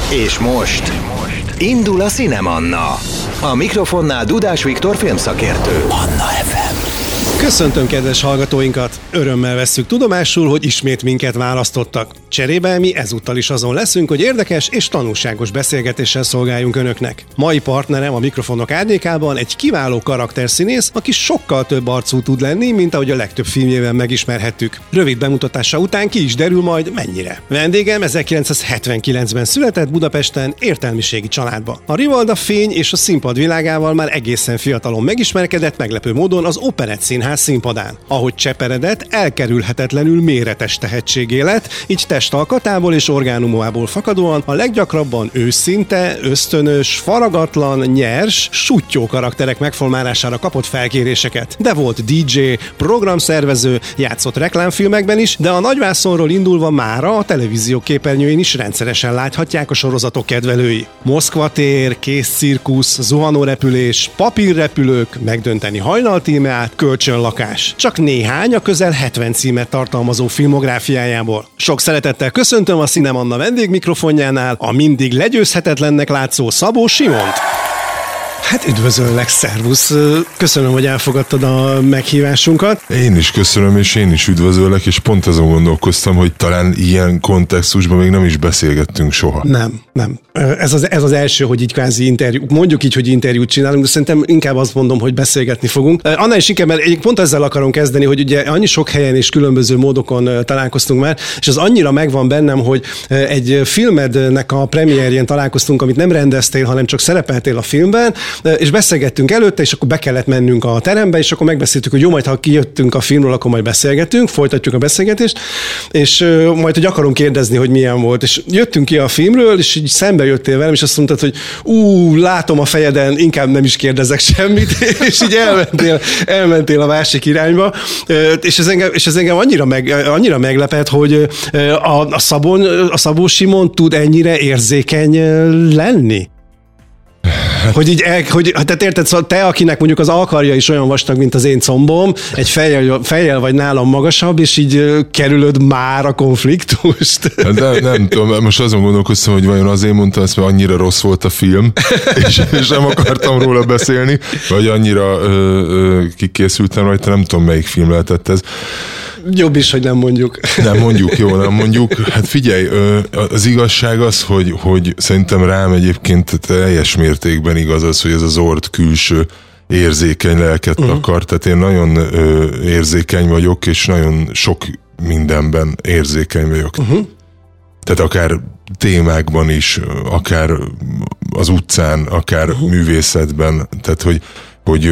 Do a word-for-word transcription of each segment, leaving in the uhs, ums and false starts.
És most indul a Cinemanna. A mikrofonnál Dudás Viktor filmszakértő. Manna ef em. Köszöntöm kedves hallgatóinkat! Örömmel vesszük tudomásul, hogy ismét minket választottak. Cserébe mi ezúttal is azon leszünk, hogy érdekes és tanulságos beszélgetéssel szolgáljunk önöknek. Mai partnerem a mikrofonok árnyékában egy kiváló karakterszínész, aki sokkal több arcú tud lenni, mint ahogy a legtöbb filmjében megismerhettük. Rövid bemutatása után ki is derül majd mennyire. Vendégem ezerkilencszázhetvenkilencben született Budapesten értelmiségi családba. A Rivalda fény és a színpad világával már egészen fiatalon megismerkedett, meglepő módon az Operett Színház színpadán. Ahogy cseperedett, elkerülhetetlenül méretes tehetségé lett, így testalkatából és orgánumából fakadóan a leggyakrabban őszinte, ösztönös, faragatlan, nyers, suttyó karakterek megformálására kapott felkéréseket. De volt dé dzsé, programszervező, játszott reklámfilmekben is, de a nagyvászonról indulva mára a televízió képernyőin is rendszeresen láthatják a sorozatok kedvelői. Moszkva tér, kész cirkusz, zuhanórepülés, papírrepülők, megdönteni hajnaltímeát, kölcsönlakás. Csak néhány a közel hetven címet tartalmazó filmográfiájából. Sok szeretettel köszöntöm a Cinemanna vendégmikrofonjánál a mindig legyőzhetetlennek látszó Szabó Simont. Hát üdvözöllek, szervusz! Köszönöm, hogy elfogadtad a meghívásunkat. Én is köszönöm, és én is üdvözöllek, és pont azon gondolkoztam, hogy talán ilyen kontextusban még nem is beszélgettünk soha. Nem, nem. Ez az, ez az első, hogy így kvázi interjú, mondjuk így, hogy interjút csinálunk, de szerintem inkább azt mondom, hogy beszélgetni fogunk. Annál is inkább, mert pont ezzel akarom kezdeni, hogy ugye annyi sok helyen és különböző módokon találkoztunk már, és az annyira megvan bennem, hogy egy filmednek a premierjén találkoztunk, amit nem rendeztél, hanem csak szerepeltél a filmben, és beszélgettünk előtte, és akkor be kellett mennünk a terembe, és akkor megbeszéltük, hogy jó, majd ha kijöttünk a filmről, akkor majd beszélgetünk, folytatjuk a beszélgetést, és uh, majd, hogy akarom kérdezni, hogy milyen volt. És jöttünk ki a filmről, és így szembe jöttél velem, és azt mondtad, hogy ú, látom a fejeden, inkább nem is kérdezek semmit, és így elmentél, elmentél a másik irányba, és ez engem, és ez engem annyira, meg, annyira meglepett, hogy a, a, Szabon, a Szabó Simon tud ennyire érzékeny lenni? Hogy így, el, hogy, tehát érted, szóval te, akinek mondjuk az alkarja is olyan vastag, mint az én combom, egy fejjel, fejjel vagy nálam magasabb, és így kerülöd már a konfliktust. De nem tudom, most azon gondolkoztam, hogy vajon azért mondta ezt, mert annyira rossz volt a film, és, és nem akartam róla beszélni, vagy annyira ö, ö, kikészültem rajta, nem tudom, melyik film lehetett ez. Jobb is, hogy nem mondjuk. Nem mondjuk, jó, nem mondjuk. Hát figyelj, az igazság az, hogy, hogy szerintem rám egyébként teljes mértékben igaz az, hogy ez az orr külső érzékeny lelket uh-huh. akar. Tehát én nagyon érzékeny vagyok, és nagyon sok mindenben érzékeny vagyok. Uh-huh. Tehát akár témákban is, akár az utcán, akár uh-huh. művészetben. Tehát, hogy, hogy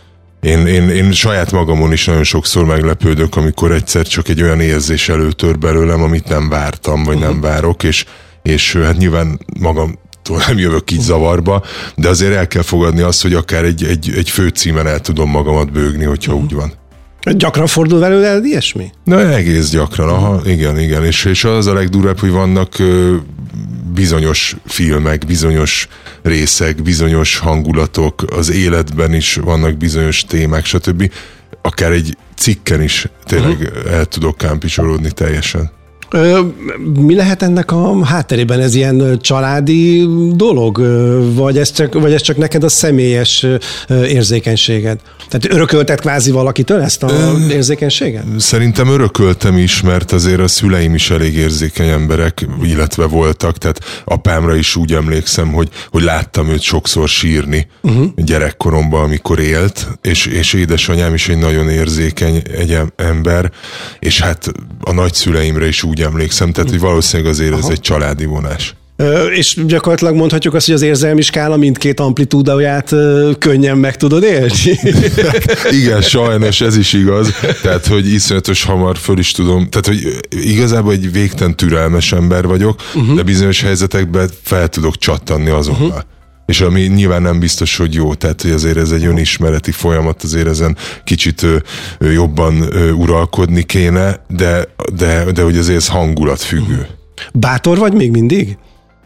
Én, én, én saját magamon is nagyon sokszor meglepődök, amikor egyszer csak egy olyan érzés előtör belőlem, amit nem vártam, vagy uh-huh. nem várok, és, és hát nyilván magamtól nem jövök így zavarba, de azért el kell fogadni azt, hogy akár egy, egy, egy főcímen el tudom magamat bőgni, hogyha uh-huh. úgy van. Gyakran fordul veled el ilyesmi? Na, egész gyakran, aha, igen, igen, és, és az a legdurvább, hogy vannak ö, bizonyos filmek, bizonyos részek, bizonyos hangulatok, az életben is vannak bizonyos témák, stb. Akár egy cikken is tényleg uh-huh. el tudok kámpicsolódni teljesen. Ö, mi lehet ennek a hátterében? Ez ilyen családi dolog? Vagy ez csak, vagy ez csak neked a személyes érzékenységed? Tehát örökölted kvázi valakitől ezt az Ö, érzékenységet? Szerintem örököltem is, mert azért a szüleim is elég érzékeny emberek, illetve voltak, tehát apámra is úgy emlékszem, hogy, hogy láttam őt sokszor sírni uh-huh. gyerekkoromban, amikor élt, és, és édesanyám is egy nagyon érzékeny egy ember, és hát a nagyszüleimre is úgy emlékszem, tehát hogy valószínűleg azért Aha. ez egy családi vonás. Ö, és gyakorlatilag mondhatjuk azt, hogy az érzelmi skála mindkét amplitúdáját ö, könnyen meg tudod élni. Igen, sajnos ez is igaz. Tehát, hogy iszonyatos hamar föl is tudom. Tehát, hogy igazából egy végtelen türelmes ember vagyok, uh-huh. de bizonyos helyzetekben fel tudok csattanni azonnal. Uh-huh. És ami nyilván nem biztos, hogy jó, tehát hogy azért ez egy önismereti folyamat, azért ezen kicsit ö, ö, jobban ö, uralkodni kéne, de, de, de hogy azért ez hangulatfüggő. Bátor vagy még mindig?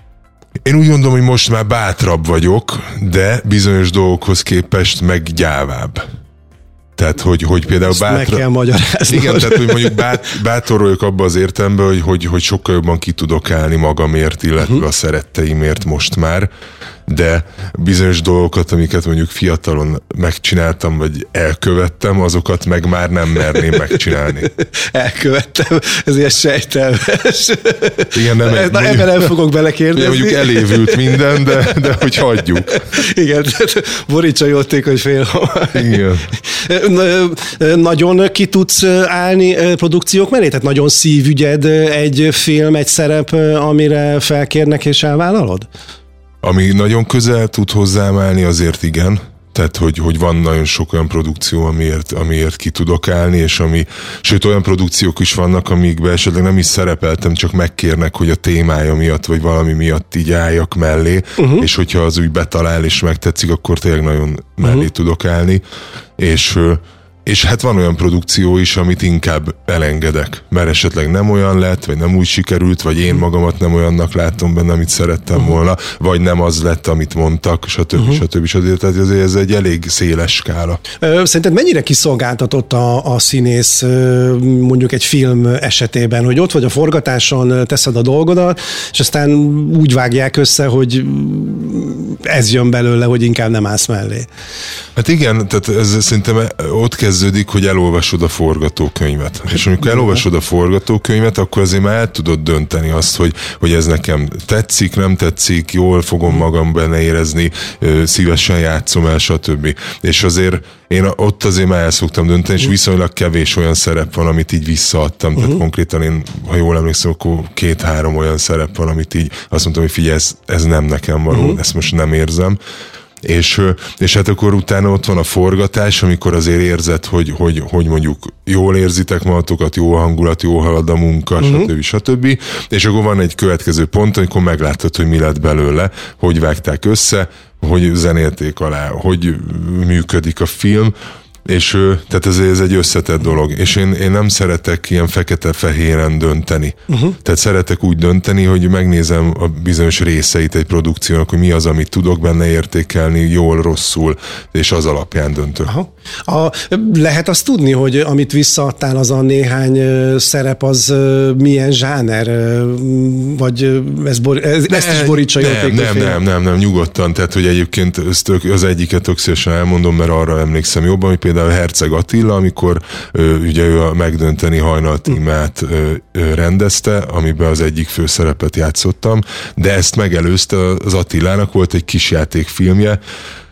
Én úgy gondolom, hogy most már bátrabb vagyok, de bizonyos dolgokhoz képest meg gyávább. Tehát, hogy, hogy például bátra... meg kell magyarázni. Igen, tehát, hogy mondjuk bát, bátor vagyok abban az értelemben, hogy, hogy, hogy sokkal jobban ki tudok állni magamért, illetve uh-huh. a szeretteimért most már, de bizonyos dolgokat, amiket mondjuk fiatalon megcsináltam, vagy elkövettem, azokat meg már nem merném megcsinálni. Elkövettem, ez ilyen sejtelmes. Igen, nem, Na, mondjuk, ebben nem fogok belekérdezni. Mondjuk elévült minden, de, de hogy hagyjuk. Igen, borítsa jótékony fél. Igen. Nagyon ki tudsz állni produkciók mellé? Tehát nagyon szívügyed egy film, egy szerep, amire felkérnek és elvállalod? Ami nagyon közel tud hozzám állni, azért igen. Tehát, hogy, hogy van nagyon sok olyan produkció, amiért, amiért ki tudok állni, és ami, sőt olyan produkciók is vannak, amikben esetleg nem is szerepeltem, csak megkérnek, hogy a témája miatt, vagy valami miatt így álljak mellé, uh-huh. és hogyha az úgy betalál és megtetszik, akkor tényleg nagyon mellé uh-huh. tudok állni. És És hát van olyan produkció is, amit inkább elengedek, mert esetleg nem olyan lett, vagy nem úgy sikerült, vagy én magamat nem olyannak látom benne, amit szerettem uh-huh. volna, vagy nem az lett, amit mondtak, stb. Uh-huh. stb. stb. Tehát azért ez egy elég széles skála. Szerinted mennyire kiszolgáltatott a, a színész mondjuk egy film esetében, hogy ott vagy a forgatáson, teszed a dolgodat, és aztán úgy vágják össze, hogy ez jön belőle, hogy inkább nem állsz mellé. Hát igen, tehát ez szerintem ott kezdődik, hogy elolvasod a forgatókönyvet. És amikor elolvasod a forgatókönyvet, akkor azért már el tudod dönteni azt, hogy, hogy ez nekem tetszik, nem tetszik, jól fogom magam benne érezni, szívesen játszom el, stb. És azért én ott azért már el szoktam dönteni, és viszonylag kevés olyan szerep van, amit így visszaadtam. Tehát uh-huh. konkrétan én, ha jól emlékszem, akkor két-három olyan szerep van, amit így azt mondtam, hogy figyelj, ez, ez nem nekem való, uh-huh. ezt most nem érzem. És, és hát akkor utána ott van a forgatás, amikor azért érzed, hogy, hogy, hogy mondjuk jól érzitek magatokat, jó a hangulat, jó halad a munka, uh-huh. stb. stb. És akkor van egy következő pont, amikor meglátod, hogy mi lett belőle, hogy vágták össze, hogy zenélték alá, hogy működik a film, és tehát ez, ez egy összetett dolog, és én, én nem szeretek ilyen fekete-fehéren dönteni. Uh-huh. Tehát szeretek úgy dönteni, hogy megnézem a bizonyos részeit egy produkciónak, hogy mi az, amit tudok benne értékelni, jól, rosszul, és az alapján döntök. Aha. A, lehet azt tudni, hogy amit visszaadtál, az a néhány szerep, az milyen zsáner? Vagy ez bor, ez, ne, ezt is borítsa nem, nem, nem, nem, nem, nyugodtan. Tehát, hogy egyébként az egyiket tök szívesen elmondom, mert arra emlékszem jobban, hogy például Herceg Attila, amikor ö, ugye ő a Megdönteni hajnal tímát ö, ö, rendezte, amiben az egyik főszerepet játszottam, de ezt megelőzte az Attilának, volt egy kisjátékfilmje,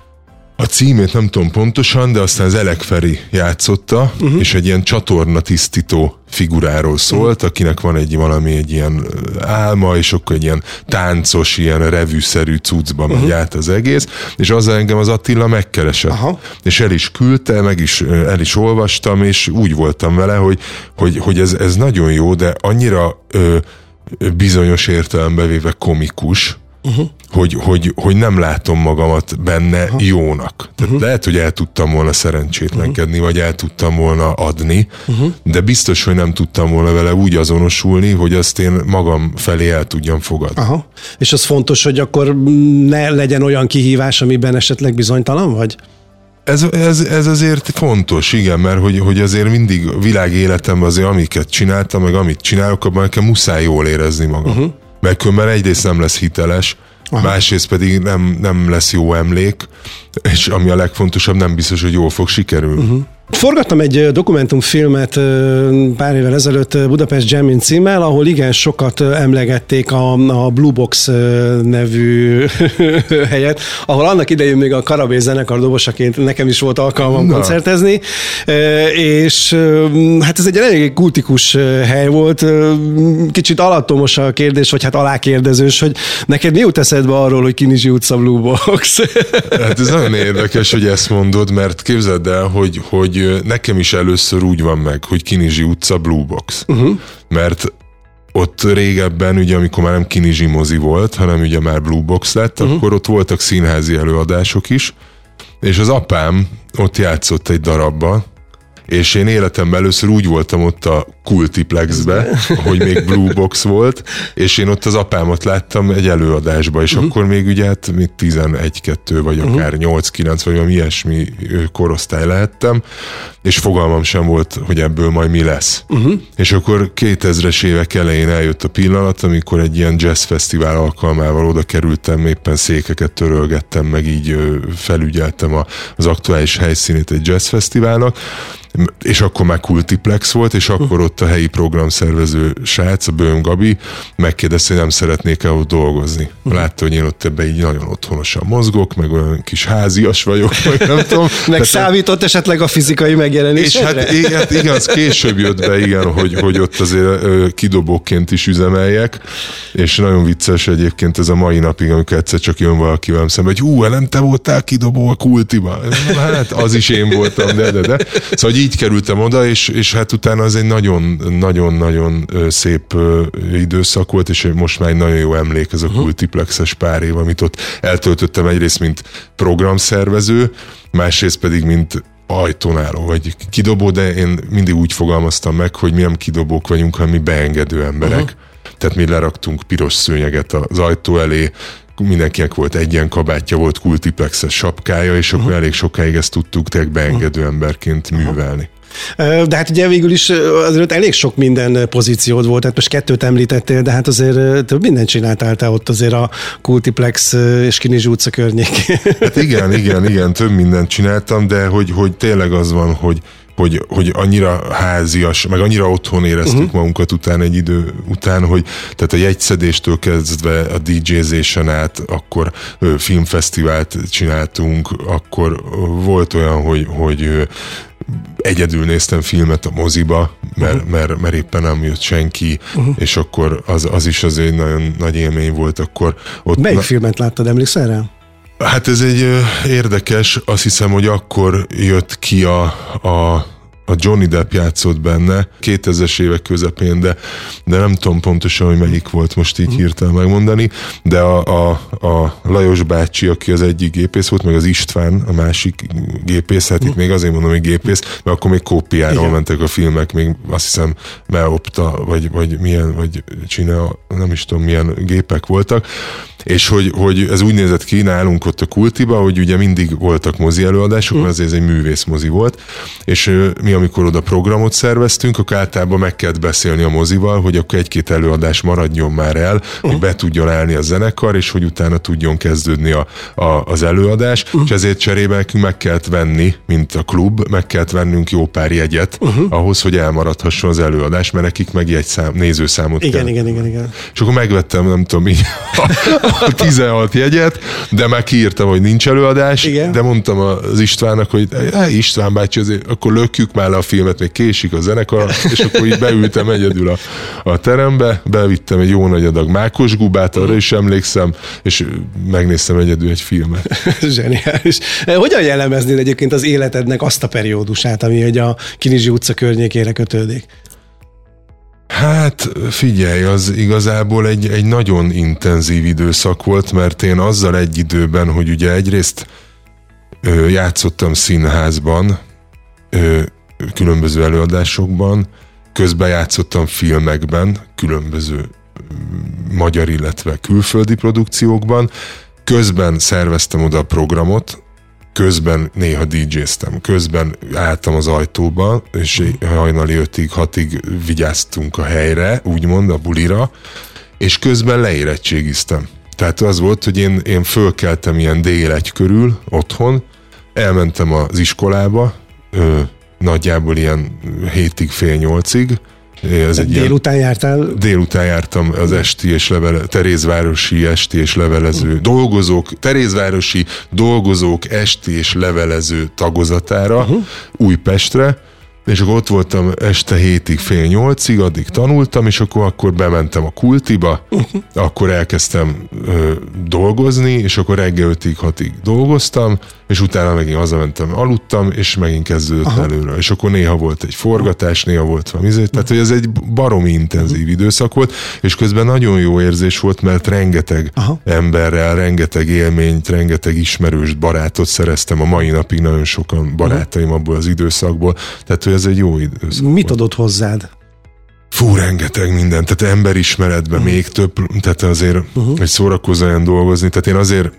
a címét nem tudom pontosan, de aztán az Elek Feri játszotta, uh-huh. és egy ilyen csatornatisztító figuráról szólt, uh-huh. akinek van egy valami egy ilyen álma, és akkor egy ilyen táncos, ilyen revűszerű cuccba uh-huh. megy át az egész, és azzal engem az Attila megkeresett. Uh-huh. És el is küldte, meg is, el is olvastam, és úgy voltam vele, hogy, hogy, hogy ez, ez nagyon jó, de annyira ö, bizonyos értelembe véve komikus, Uh-huh. Hogy, hogy, hogy nem látom magamat benne uh-huh. jónak. Tehát uh-huh. lehet, hogy el tudtam volna szerencsétlenkedni, uh-huh. vagy el tudtam volna adni, uh-huh. de biztos, hogy nem tudtam volna vele úgy azonosulni, hogy azt én magam felé el tudjam fogadni. Aha. És az fontos, hogy akkor ne legyen olyan kihívás, amiben esetleg bizonytalan vagy? Ez, ez, ez azért fontos, igen, mert hogy, hogy azért mindig a világ életemben azért amiket csináltam, meg amit csinálok, abban nekem muszáj jól érezni magam. Uh-huh. Mert különben egyrészt nem lesz hiteles, aha. másrészt pedig nem, nem lesz jó emlék, és ami a legfontosabb, nem biztos, hogy jól fog sikerülni. Uh-huh. Forgattam egy dokumentumfilmet pár évvel ezelőtt Budapest Jamming címmel, ahol igen sokat emlegették a, a Blue Box nevű helyet, ahol annak idején még a Karabé zenekar dobosaként nekem is volt alkalmam Na. koncertezni, és hát ez egy elég kultikus hely volt, kicsit alattomos a kérdés, vagy hát alákérdezős, hogy neked mi jut eszedbe arról, hogy Kinizsi utca Blue Box? Hát ez nagyon érdekes, hogy ezt mondod, mert képzeld el, hogy, hogy nekem is először úgy van meg, hogy Kinizsi utca Blue Box. Uh-huh. Mert ott régebben, ugye amikor már nem Kinizsi mozi volt, hanem ugye már Blue Box lett, uh-huh. akkor ott voltak színházi előadások is, és az apám ott játszott egy darabban, és én életemben először úgy voltam ott a Kultiplexbe, hogy még Blue Box volt, és én ott az apámat láttam egy előadásba, és uh-huh. akkor még ugye hát még tizenegy kettő, vagy akár uh-huh. nyolc kilenc, vagy valami ilyesmi korosztály lehettem, és fogalmam sem volt, hogy ebből majd mi lesz. Uh-huh. És akkor kétezres évek elején eljött a pillanat, amikor egy ilyen jazzfesztivál alkalmával oda kerültem, éppen székeket törölgettem, meg így felügyeltem az aktuális helyszínét egy jazzfesztiválnak, és akkor már Kultiplex volt, és akkor ott a helyi programszervező srác, a Böhm Gabi megkérdezte, hogy nem szeretnék-e ott dolgozni. Látta, hogy én ott ebben így nagyon otthonosan mozgok, meg olyan kis házias vagyok, meg nem tudom. Meg számított esetleg a fizikai megjelenésedre? És hát, hát igen, az később jött be, igen, hogy, hogy ott azért kidobóként is üzemeljek, és nagyon vicces egyébként ez a mai napig, amikor egyszer csak jön valaki velem szembe, hogy hú, nem te voltál kidobó a Kultiba? Hát az is én voltam, de, de, de. Szóval így kerültem oda, és, és hát utána az egy nagyon-nagyon-nagyon szép időszak volt, és most már egy nagyon jó emlék ez a uh-huh. Kultiplexes pár év, amit ott eltöltöttem egyrészt, mint programszervező, másrészt pedig, mint ajtónáló, vagy kidobó, de én mindig úgy fogalmaztam meg, hogy mi nem kidobók vagyunk, hanem mi beengedő emberek. Uh-huh. Tehát mi leraktunk piros szőnyeget az ajtó elé, mindenkinek volt egy ilyen kabátja, volt Kultiplexes sapkája, és akkor uh-huh. elég sokáig ezt tudtuk tényleg beengedő uh-huh. emberként művelni. De hát ugye végül is azért elég sok minden pozíciód volt, tehát most kettőt említettél, de hát azért több mindent csináltál te ott azért a Kultiplex és Kinizsi utca környékén. Hát igen, igen, igen, több mindent csináltam, de hogy, hogy tényleg az van, hogy Hogy, hogy annyira házias, meg annyira otthon éreztük uh-huh. magunkat után egy idő után, hogy tehát a jegyszedéstől kezdve a dé jézésen át, akkor ö, filmfesztivált csináltunk, akkor volt olyan, hogy, hogy ö, egyedül néztem filmet a moziba, mert, uh-huh. mert, mert éppen nem jött senki, uh-huh. és akkor az, az is azért nagyon nagy élmény volt. Akkor ott Melyik na- filmet láttad, emlékszel rá? Hát ez egy ö, érdekes, azt hiszem, hogy akkor jött ki a, a a Johnny Depp játszott benne, kétezres évek közepén, de, de nem tudom pontosan, hogy melyik volt most így hirtelen megmondani, de a, a, a Lajos bácsi, aki az egyik gépész volt, meg az István, a másik gépész, hát itt még azért mondom, hogy gépész, mert akkor még kópiáról mentek a filmek, még azt hiszem Meopta, vagy, vagy milyen, vagy Csinea, nem is tudom milyen gépek voltak, és hogy, hogy ez úgy nézett ki nálunk ott a Kultiba, hogy ugye mindig voltak mozi előadások, mert azért ez egy művészmozi volt, és mi amikor oda programot szerveztünk, akkor általában meg kellett beszélni a mozival, hogy akkor egy-két előadás maradjon már el, uh-huh. hogy be tudjon állni a zenekar, és hogy utána tudjon kezdődni a, a, az előadás, uh-huh. és ezért cserébe nekünk meg kellett venni, mint a klub, meg kellett vennünk jó pár jegyet, uh-huh. ahhoz, hogy elmaradhasson az előadás, mert nekik meg jegyszám, nézőszámot igen, kell. Igen, igen, igen. És akkor megvettem, nem tudom, így a tizenhat jegyet, de már kiírtam, hogy nincs előadás, igen. de mondtam az Istvánnak, hogy István bácsi, azért, akkor lökjük már le a filmet, még késik a zenekar, és akkor így beültem egyedül a, a terembe, bevittem egy jó nagy adag mákos gubát, arra is emlékszem, és megnéztem egyedül egy filmet. Zseniális. Hogyan jellemeznéd egyébként az életednek azt a periódusát, ami hogy a Kinizsi utca környékére kötődik? Hát figyelj, az igazából egy, egy nagyon intenzív időszak volt, mert én azzal egy időben, hogy ugye egyrészt ö, játszottam színházban, ö, különböző előadásokban, közben játszottam filmekben, különböző magyar, illetve külföldi produkciókban, közben szerveztem oda a programot, közben néha dé jéztem, közben álltam az ajtóba, és hajnali ötig, hatig vigyáztunk a helyre, úgymond a bulira, és közben leérettségiztem. Tehát az volt, hogy én, én fölkeltem ilyen dél egy körül otthon, elmentem az iskolába, ö, nagyjából ilyen hétig, fél nyolcig. Ez egy délután ilyen, jártál? Délután jártam az esti és levele, Terézvárosi esti és levelező uh. dolgozók, Terézvárosi dolgozók esti és levelező tagozatára, uh-huh. Újpestre, és akkor ott voltam este hétig, fél nyolcig, addig tanultam, és akkor, akkor bementem a Kultiba, uh-huh. akkor elkezdtem ö, dolgozni, és akkor reggel ötig, hatig dolgoztam, és utána megint hazamentem, aludtam, és megint kezdődött Aha. előre. És akkor néha volt egy forgatás, néha volt valami, tehát hogy ez egy baromi intenzív uh-huh. időszak volt, és közben nagyon jó érzés volt, mert rengeteg Aha. emberrel, rengeteg élményt, rengeteg ismerős barátot szereztem, a mai napig nagyon sokan barátaim abból az időszakból, tehát hogy ez egy jó időszak. Mit adott hozzád? Fú, rengeteg minden, tehát emberismeretben uh-huh. még több, tehát azért, uh-huh. hogy szórakozzanak dolgozni, tehát én azért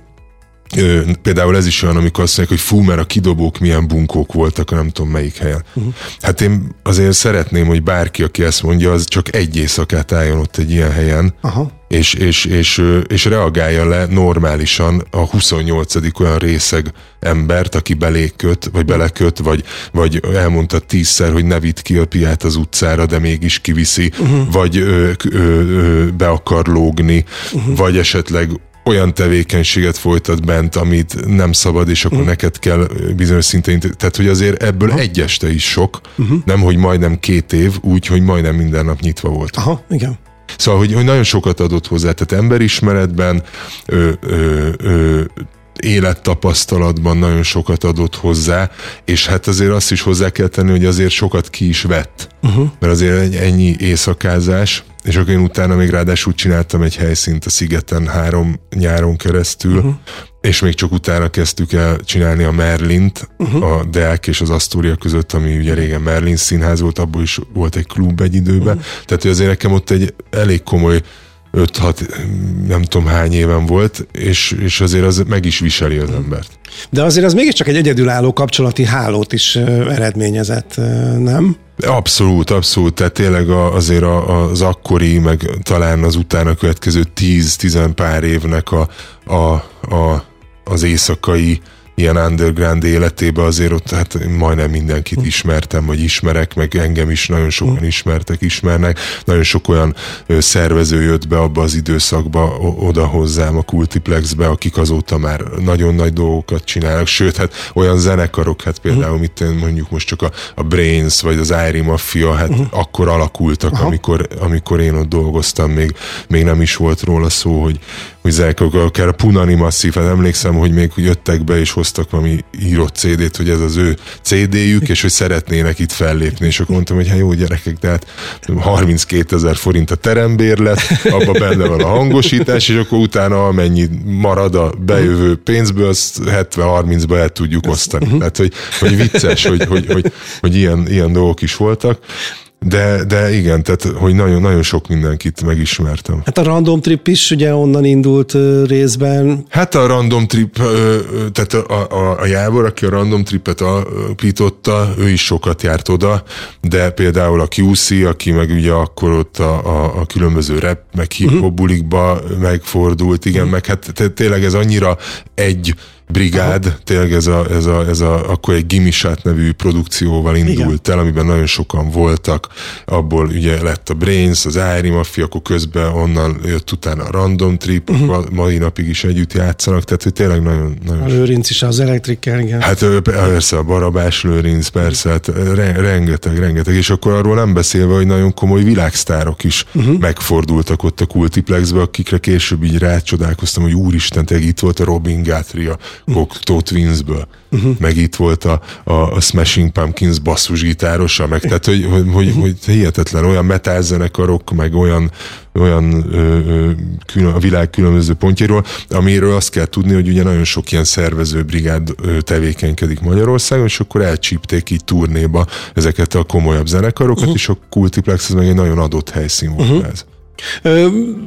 Ö, például ez is olyan, amikor azt mondják, hogy fú, mert a kidobók milyen bunkók voltak, nem tudom melyik helyen. Uh-huh. Hát én azért szeretném, hogy bárki, aki ezt mondja, az csak egy éjszakát álljon ott egy ilyen helyen, uh-huh. és, és, és, és reagálja le normálisan a huszonnyolcadik olyan részeg embert, aki beléköt, vagy beleköt, vagy, vagy elmondta tízszer, hogy ne vidd ki a piát az utcára, de mégis kiviszi, uh-huh. vagy ö, ö, ö, be akar lógni, uh-huh. vagy esetleg olyan tevékenységet folytat bent, amit nem szabad, és akkor uh-huh. neked kell bizonyos szintén, tehát hogy azért ebből uh-huh. egy este is sok, uh-huh. nem, hogy majdnem két év, úgy, hogy majdnem minden nap nyitva volt. Aha, igen. Szóval, hogy, hogy nagyon sokat adott hozzá, tehát emberismeretben, ö, ö, ö, élettapasztalatban nagyon sokat adott hozzá, és hát azért azt is hozzá kell tenni, hogy azért sokat ki is vett, uh-huh. mert azért ennyi éjszakázás, és akkor én utána még ráadásul csináltam egy helyszínt a szigeten három nyáron keresztül, uh-huh. és még csak utána kezdtük el csinálni a Merlint, uh-huh. a Deák és az Astoria között, ami ugye régen Merlin színház volt, abból is volt egy klub egy időben, uh-huh. tehát hogy azért nekem ott egy elég komoly öt-hat, nem tudom hány éven volt, és, és azért az meg is viseli az embert. De azért az mégiscsak egy egyedülálló kapcsolati hálót is eredményezett, nem? Abszolút, abszolút, tehát tényleg azért az akkori, meg talán az utána következő tíz-tizen pár évnek a, a, a, az éjszakai ilyen underground életében azért ott hát majdnem mindenkit ismertem, vagy ismerek, meg engem is nagyon sokan ismertek, ismernek. Nagyon sok olyan szervező jött be abba az időszakba oda hozzám a Kultiplexbe, akik azóta már nagyon nagy dolgokat csinálnak, sőt, hát olyan zenekarok, hát például mit mondjuk most csak a, a Brains, vagy az Airy Mafia, hát uh-huh. akkor alakultak, amikor, amikor én ott dolgoztam, még, még nem is volt róla szó, hogy hogy zenekarok, akár a Punani Massive, hát emlékszem, hogy még jöttek be és hoztak valami írott cé dét, hogy ez az ő cé déjük, és hogy szeretnének itt fellépni, és akkor mondtam, hogy hát jó gyerekek, de hát harminckétezer forint a terembérlet, abban benne van a hangosítás, és akkor utána amennyi marad a bejövő pénzből, azt hetven-harmincba el tudjuk osztani. Tehát, hogy, hogy vicces, hogy, hogy, hogy, hogy ilyen, ilyen dolgok is voltak. De, de igen, tehát hogy nagyon, nagyon sok mindenkit megismertem. Hát a Random Trip is ugye onnan indult uh, részben. Hát a Random Trip, uh, tehát a, a, a Jábor, aki a Random Tripet alapította, ő is sokat járt oda, de például a kú cé, aki meg ugye akkor ott a, a, a különböző rap, meg hip-hop bulikba megfordult, igen, uh-huh. meg hát tényleg ez annyira egy brigád, aha. tényleg ez a, ez a, ez a, akkor egy Gimme Shot nevű produkcióval indult igen. el, amiben nagyon sokan voltak, abból ugye lett a Brains, az Airy Mafia, akkor közben onnan jött utána a Random Trip, uh-huh. mai napig is együtt játszanak, tehát hogy tényleg nagyon... nagyon a Lőrinc is, az Electrical, igen. Hát persze, a Barabás Lőrinc, persze, hát rengeteg, rengeteg, és akkor arról nem beszélve, hogy nagyon komoly világsztárok is uh-huh. megfordultak ott a Kultiplexbe, akikre később így rácsodálkoztam, hogy úristen, tényleg itt volt a Robin Guthrie, a Cocteau Twinsből, uh-huh. meg itt volt a, a, a Smashing Pumpkins basszusgitárosa, meg tehát, hogy, hogy, hogy, hogy hihetetlen, olyan metal zenekarok, meg olyan, olyan ö, ö, külön, a világ különböző pontjairól, amiről azt kell tudni, hogy ugye nagyon sok ilyen szervezőbrigád ö, tevékenykedik Magyarországon, és akkor elcsípték így turnéba ezeket a komolyabb zenekarokat, uh-huh. és a Kultiplex ez meg egy nagyon adott helyszín volt uh-huh. ez. Ö,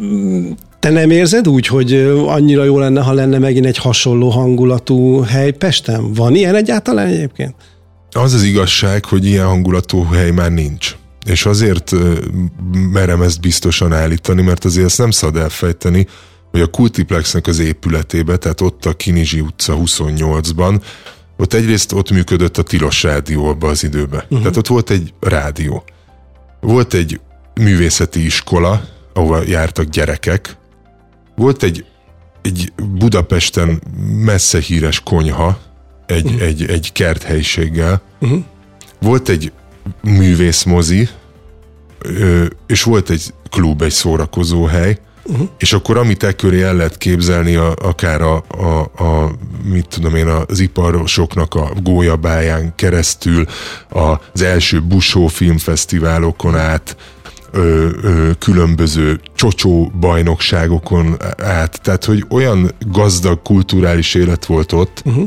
Te nem érzed úgy, hogy annyira jó lenne, ha lenne megint egy hasonló hangulatú hely Pesten? Van ilyen egyáltalán egyébként? Az az igazság, hogy ilyen hangulatú hely már nincs. És azért merem ezt biztosan állítani, mert azért ezt nem szabad elfejteni, hogy a Kultiplexnek az épületébe, tehát ott a Kinizsi utca huszonnyolcban, ott egyrészt ott működött a Tilos Rádió abban az időben. Uh-huh. Tehát ott volt egy rádió. Volt egy művészeti iskola, ahova jártak gyerekek. Volt egy, egy Budapesten messze híres konyha, egy, uh-huh. egy, egy kerthelyiséggel. Uh-huh. Volt egy művészmozi, és volt egy klub, egy szórakozóhely, uh-huh. és akkor amit ekköré el lehet képzelni, a, akár a, a, a, mit tudom én, az iparosoknak a gólyabáján keresztül, az első Busó filmfesztiválokon át, Ö, ö, különböző csocsó bajnokságokon át, tehát hogy olyan gazdag kulturális élet volt ott, uh-huh.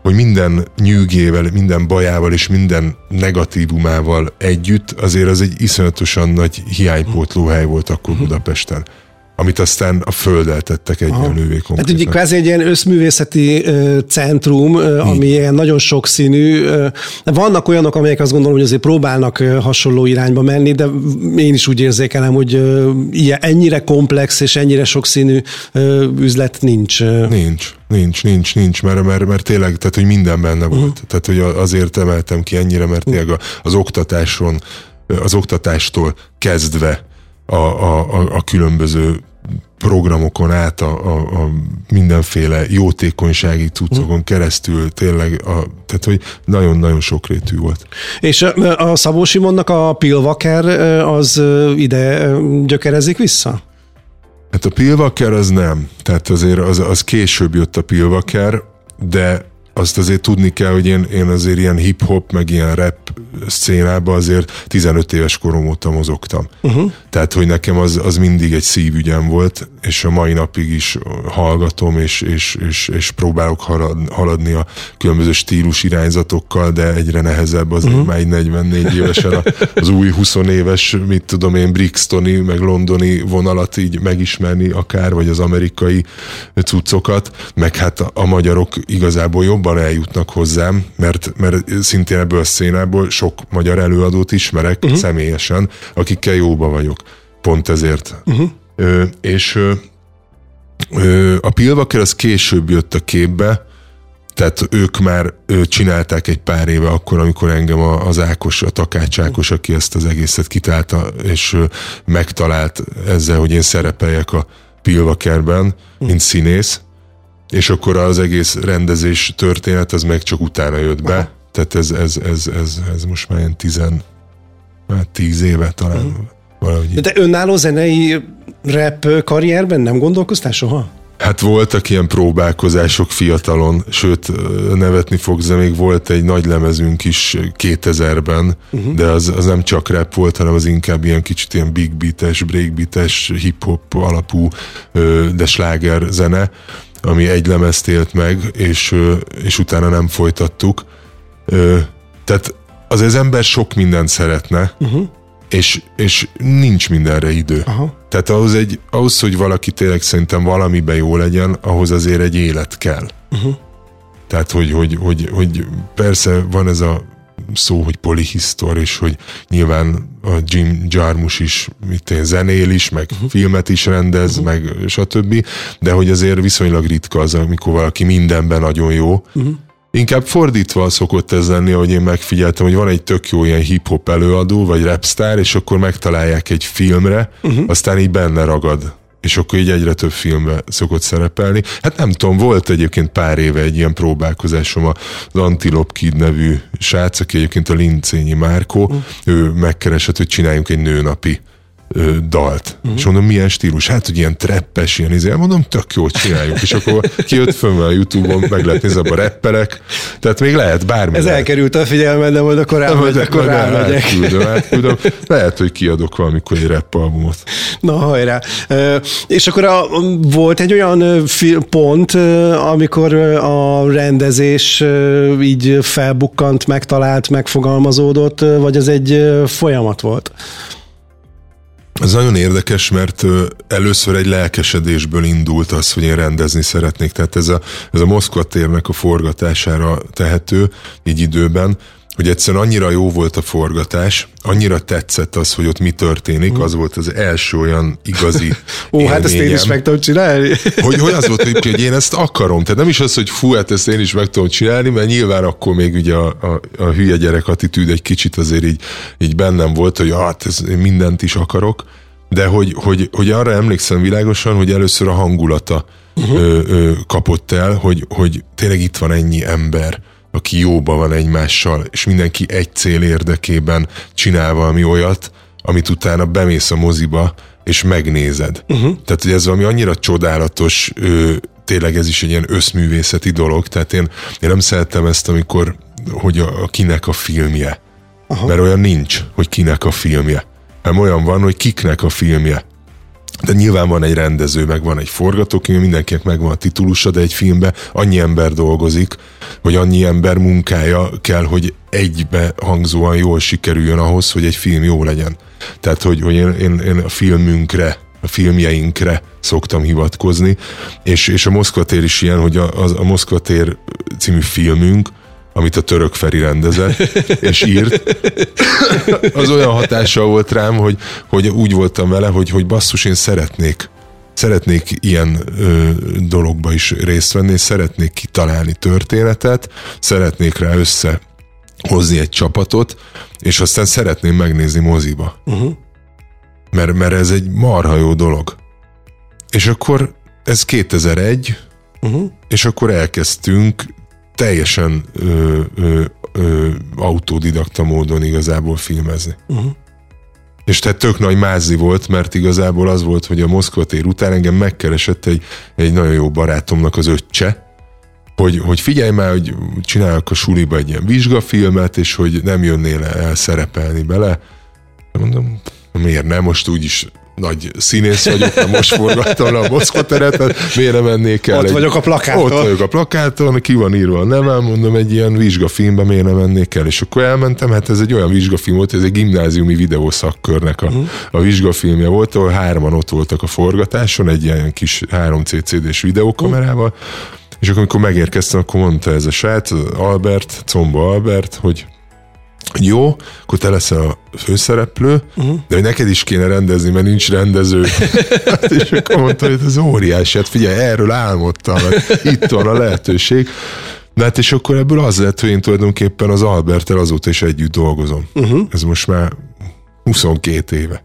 hogy minden nyűgével, minden bajával és minden negatívumával együtt azért az egy iszonyatosan nagy hiánypótlóhely volt akkor Budapesten, amit aztán a földdel tettek egyenlővé konkrétan. Hát ugye kvázi egy ilyen összművészeti uh, centrum, uh, ami ilyen nagyon sokszínű. Uh, vannak olyanok, amelyek azt gondolom, hogy azért próbálnak uh, hasonló irányba menni, de én is úgy érzékelem, hogy uh, ilyen, ennyire komplex és ennyire sokszínű uh, üzlet nincs. Uh. Nincs. Nincs, nincs, nincs, mert, mert, mert tényleg, tehát, hogy minden benne volt. Uh-huh. Tehát, hogy azért emeltem ki ennyire, mert tényleg az oktatáson, az oktatástól kezdve a, a, a, a különböző programokon át, a, a, a mindenféle jótékonysági cuccokon keresztül tényleg, a, tehát, hogy nagyon-nagyon sokrétű volt. És a Szabó Simonnak a Pilvaker az ide gyökerezik vissza? Hát a Pilvaker az nem. Tehát azért az, az később jött a Pilvaker, de azt azért tudni kell, hogy én, én azért ilyen hip-hop, meg ilyen rap szcénában azért tizenöt éves korom óta mozogtam. Uh-huh. Tehát, hogy nekem az, az mindig egy szívügyem volt, és a mai napig is hallgatom, és, és, és, és próbálok haladni a különböző stílus irányzatokkal, de egyre nehezebb azért uh-huh. már egy negyvennégy évesen az új húsz éves, mit tudom én, brixtoni, meg londoni vonalat így megismerni akár, vagy az amerikai cuccokat, meg hát a, a magyarok igazából jobb eljutnak hozzám, mert, mert szintén ebből a szénából sok magyar előadót ismerek uh-huh. személyesen, akikkel jóba vagyok. Pont ezért. Uh-huh. Ö, és ö, ö, a Pilvaker az később jött a képbe, tehát ők már ö, csinálták egy pár éve akkor, amikor engem a, az Ákos, a Takács Ákos, aki ezt az egészet kitálta, és ö, megtalált ezzel, hogy én szerepeljek a Pilvakerben, mint színész, és akkor az egész rendezés történet, az meg csak utána jött be. Aha. Tehát ez, ez, ez, ez, ez most már ilyen tizen, már tíz éve talán. Uh-huh. Valahogy. De önálló zenei rap karrierben nem gondolkoztál soha? Hát voltak ilyen próbálkozások fiatalon, sőt nevetni fogsz, de még volt egy nagy lemezünk is kétezerben, uh-huh. de az, az nem csak rap volt, hanem az inkább ilyen kicsit ilyen big beates, breakbeates, hip-hop alapú, de sláger zene, ami egy lemezt élt meg, és, és utána nem folytattuk. Tehát azért az ember sok mindent szeretne, uh-huh. és, és nincs mindenre idő. Aha. Tehát ahhoz, egy, ahhoz, hogy valaki tényleg szerintem valamiben jó legyen, ahhoz azért egy élet kell. Uh-huh. Tehát, hogy, hogy, hogy, hogy persze van ez a szó, hogy polihisztor, és hogy nyilván a Jim Jarmusch is mit én, zenél is, meg uh-huh. filmet is rendez, uh-huh. meg stb. De hogy azért viszonylag ritka az, amikor valaki mindenben nagyon jó. Uh-huh. Inkább fordítva szokott ez lenni, ahogy én megfigyeltem, hogy van egy tök jó ilyen hip-hop előadó, vagy rapstar, és akkor megtalálják egy filmre, uh-huh. aztán így benne ragad. És akkor így egyre több filmbe szokott szerepelni. Hát nem tudom, volt egyébként pár éve egy ilyen próbálkozásom, az Antilop Kid nevű srác, aki egyébként a Lincényi Márkó, uh. ő megkeresett, hogy csináljunk egy nőnapi ö, dalt. Uh-huh. És mondom, milyen stílus? Hát, hogy ilyen trappes, ilyen izé, mondom, tök jó, csináljuk. És akkor kijött fönn a YouTube-on, meg lehet nézni a rappelek. Tehát még lehet bármi. Ez lehet. Elkerült a figyelmed, de majd akkor rámegy, akkor rámegyek. Átküldöm. Lehet, hogy kiadok valamikor egy rap albumot. Na, hajrá. És akkor a, volt egy olyan pont, amikor a rendezés így felbukkant, megtalált, megfogalmazódott, vagy ez egy folyamat volt? Ez nagyon érdekes, mert először egy lelkesedésből indult az, hogy én rendezni szeretnék. Tehát ez a, ez a Moszkva térnek a forgatására tehető, így időben, hogy egyszerűen annyira jó volt a forgatás, annyira tetszett az, hogy ott mi történik, az volt az első olyan igazi Ó, hát ezt én is meg tudom csinálni. Hogy, hogy az volt, hogy én ezt akarom. Tehát nem is az, hogy fú, hát ezt én is meg tudom csinálni, mert nyilván akkor még ugye a, a, a hülye gyerek attitűd egy kicsit azért így, így bennem volt, hogy hát ez, én mindent is akarok, de hogy, hogy, hogy arra emlékszem világosan, hogy először a hangulata uh-huh. ö, ö, kapott el, hogy, hogy tényleg itt van ennyi ember, aki jóban van egymással, és mindenki egy cél érdekében csinál valami olyat, amit utána bemész a moziba, és megnézed. Uh-huh. Tehát, hogy ez valami annyira csodálatos, ö, tényleg ez is egy ilyen összművészeti dolog, tehát én, én nem szerettem ezt, amikor, hogy a, a kinek a filmje. Uh-huh. Mert olyan nincs, hogy kinek a filmje. Hanem olyan van, hogy kiknek a filmje. De nyilván van egy rendező, meg van egy forgatókönyv, mindenkinek megvan a titulusa, de egy filmben annyi ember dolgozik, vagy annyi ember munkája kell, hogy egybe hangzóan jól sikerüljön ahhoz, hogy egy film jó legyen. Tehát, hogy, hogy én, én, én a filmünkre, a filmjeinkre szoktam hivatkozni, és, és a Moszkva tér is ilyen, hogy a, a, a Moszkva tér című filmünk, amit a Török Feri rendezett, és írt, az olyan hatással volt rám, hogy, hogy úgy voltam vele, hogy, hogy basszus, én szeretnék, szeretnék ilyen ö, dologba is részt venni, és szeretnék kitalálni történetet, szeretnék rá összehozni egy csapatot, és aztán szeretném megnézni moziba. Uh-huh. Mert, mert ez egy marha jó dolog. És akkor ez kétezer-egy, uh-huh. és akkor elkezdtünk teljesen ö, ö, ö, autodidakta módon igazából filmezni. Uh-huh. És tehát tök nagy mázi volt, mert igazából az volt, hogy a Moszkva tér után engem megkeresett egy, egy nagyon jó barátomnak az öccse, hogy, hogy figyelj már, hogy csinálok a suliba egy ilyen vizsgafilmet, és hogy nem jönnél el szerepelni bele. Mondom, miért nem? Most úgyis nagy színész vagyok, most forgattam le a Moszkva teret, miért nem mennék el? Ott egy, vagyok a plakáton. Ott vagyok a plakáton, ki van írva a nevem, mondom, egy ilyen vizsgafilmbe miért nem mennék el? És akkor elmentem, hát ez egy olyan vizsgafilm volt, ez egy gimnáziumi videószakkörnek a, uh-huh. a vizsgafilmje volt, ahol hárman ott voltak a forgatáson, egy ilyen kis három cé cé dés videókamerával, uh-huh. és akkor amikor megérkeztem, akkor mondta ez a srác, Albert, Comba Albert, hogy jó, akkor te leszel a főszereplő, uh-huh. de hogy neked is kéne rendezni, mert nincs rendező. És akkor mondta, hogy ez óriási, hát figyelj, erről álmodtam, mert itt van a lehetőség. Na hát és akkor ebből az lett, hogy én tulajdonképpen az Alberttel azóta is együtt dolgozom. Uh-huh. Ez most már huszonkét éve.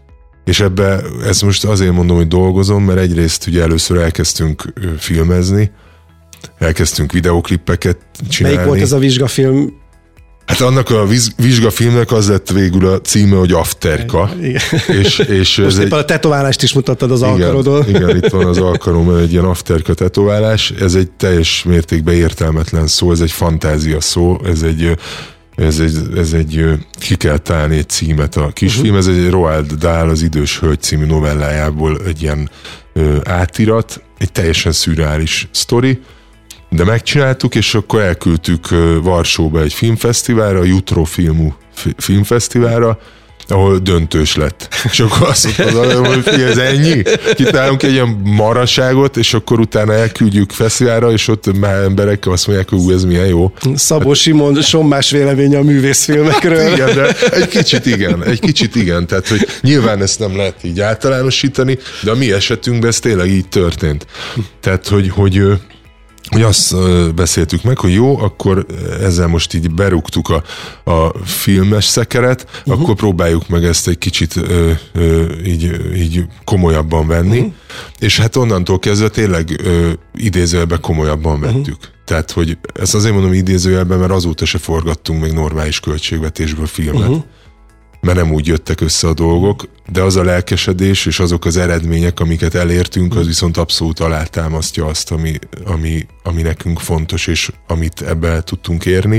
És ebbe, ezt most azért mondom, hogy dolgozom, mert egyrészt ugye először elkezdtünk filmezni, elkezdtünk videóklippeket csinálni. Melyik volt ez a vizsgafilm? Hát annak a vizsgafilmnek az lett végül a címe, hogy Afterka. Igen. És, és most éppen egy... a tetoválást is mutattad az igen, alkarodon. Igen, itt van az alkaromban egy ilyen Afterka tetoválás. Ez egy teljes mértékben értelmetlen szó, ez egy fantázia szó, ez egy, ez egy, ez egy ki kell találni egy címet a kisfilm, uh-huh. ez egy Roald Dahl az Idős Hölgy című novellájából egy ilyen ö, átirat, egy teljesen szürreális sztori, de megcsináltuk, és akkor elküldtük Varsóba egy filmfesztiválra, a Jutro filmú filmfesztiválra, ahol döntős lett. És akkor azt mondtam, hogy ez ennyi? Kitálunk egy ilyen maraságot, és akkor utána elküldjük fesztiválra, és ott már emberek azt mondják, hogy ez milyen jó. Szabó Simon sommás véleménye a művészfilmekről. Igen, de egy kicsit igen, egy kicsit igen. Tehát, hogy nyilván ezt nem lehet így általánosítani, de a mi esetünkben ez tényleg így történt. Tehát, hogy, hogy hogy azt beszéltük meg, hogy jó, akkor ezzel most így berúgtuk a, a filmes szekeret, uh-huh. akkor próbáljuk meg ezt egy kicsit ö, ö, így, így komolyabban venni, uh-huh. és hát onnantól kezdve tényleg ö, idézőjelben komolyabban vettük. Uh-huh. Tehát, hogy ezt azért mondom idézőjelben, mert azóta se forgattunk még normális költségvetésből filmet. Uh-huh. Mert nem úgy jöttek össze a dolgok, de az a lelkesedés és azok az eredmények, amiket elértünk, az viszont abszolút alátámasztja azt, ami, ami, ami nekünk fontos, és amit ebbe tudtunk érni.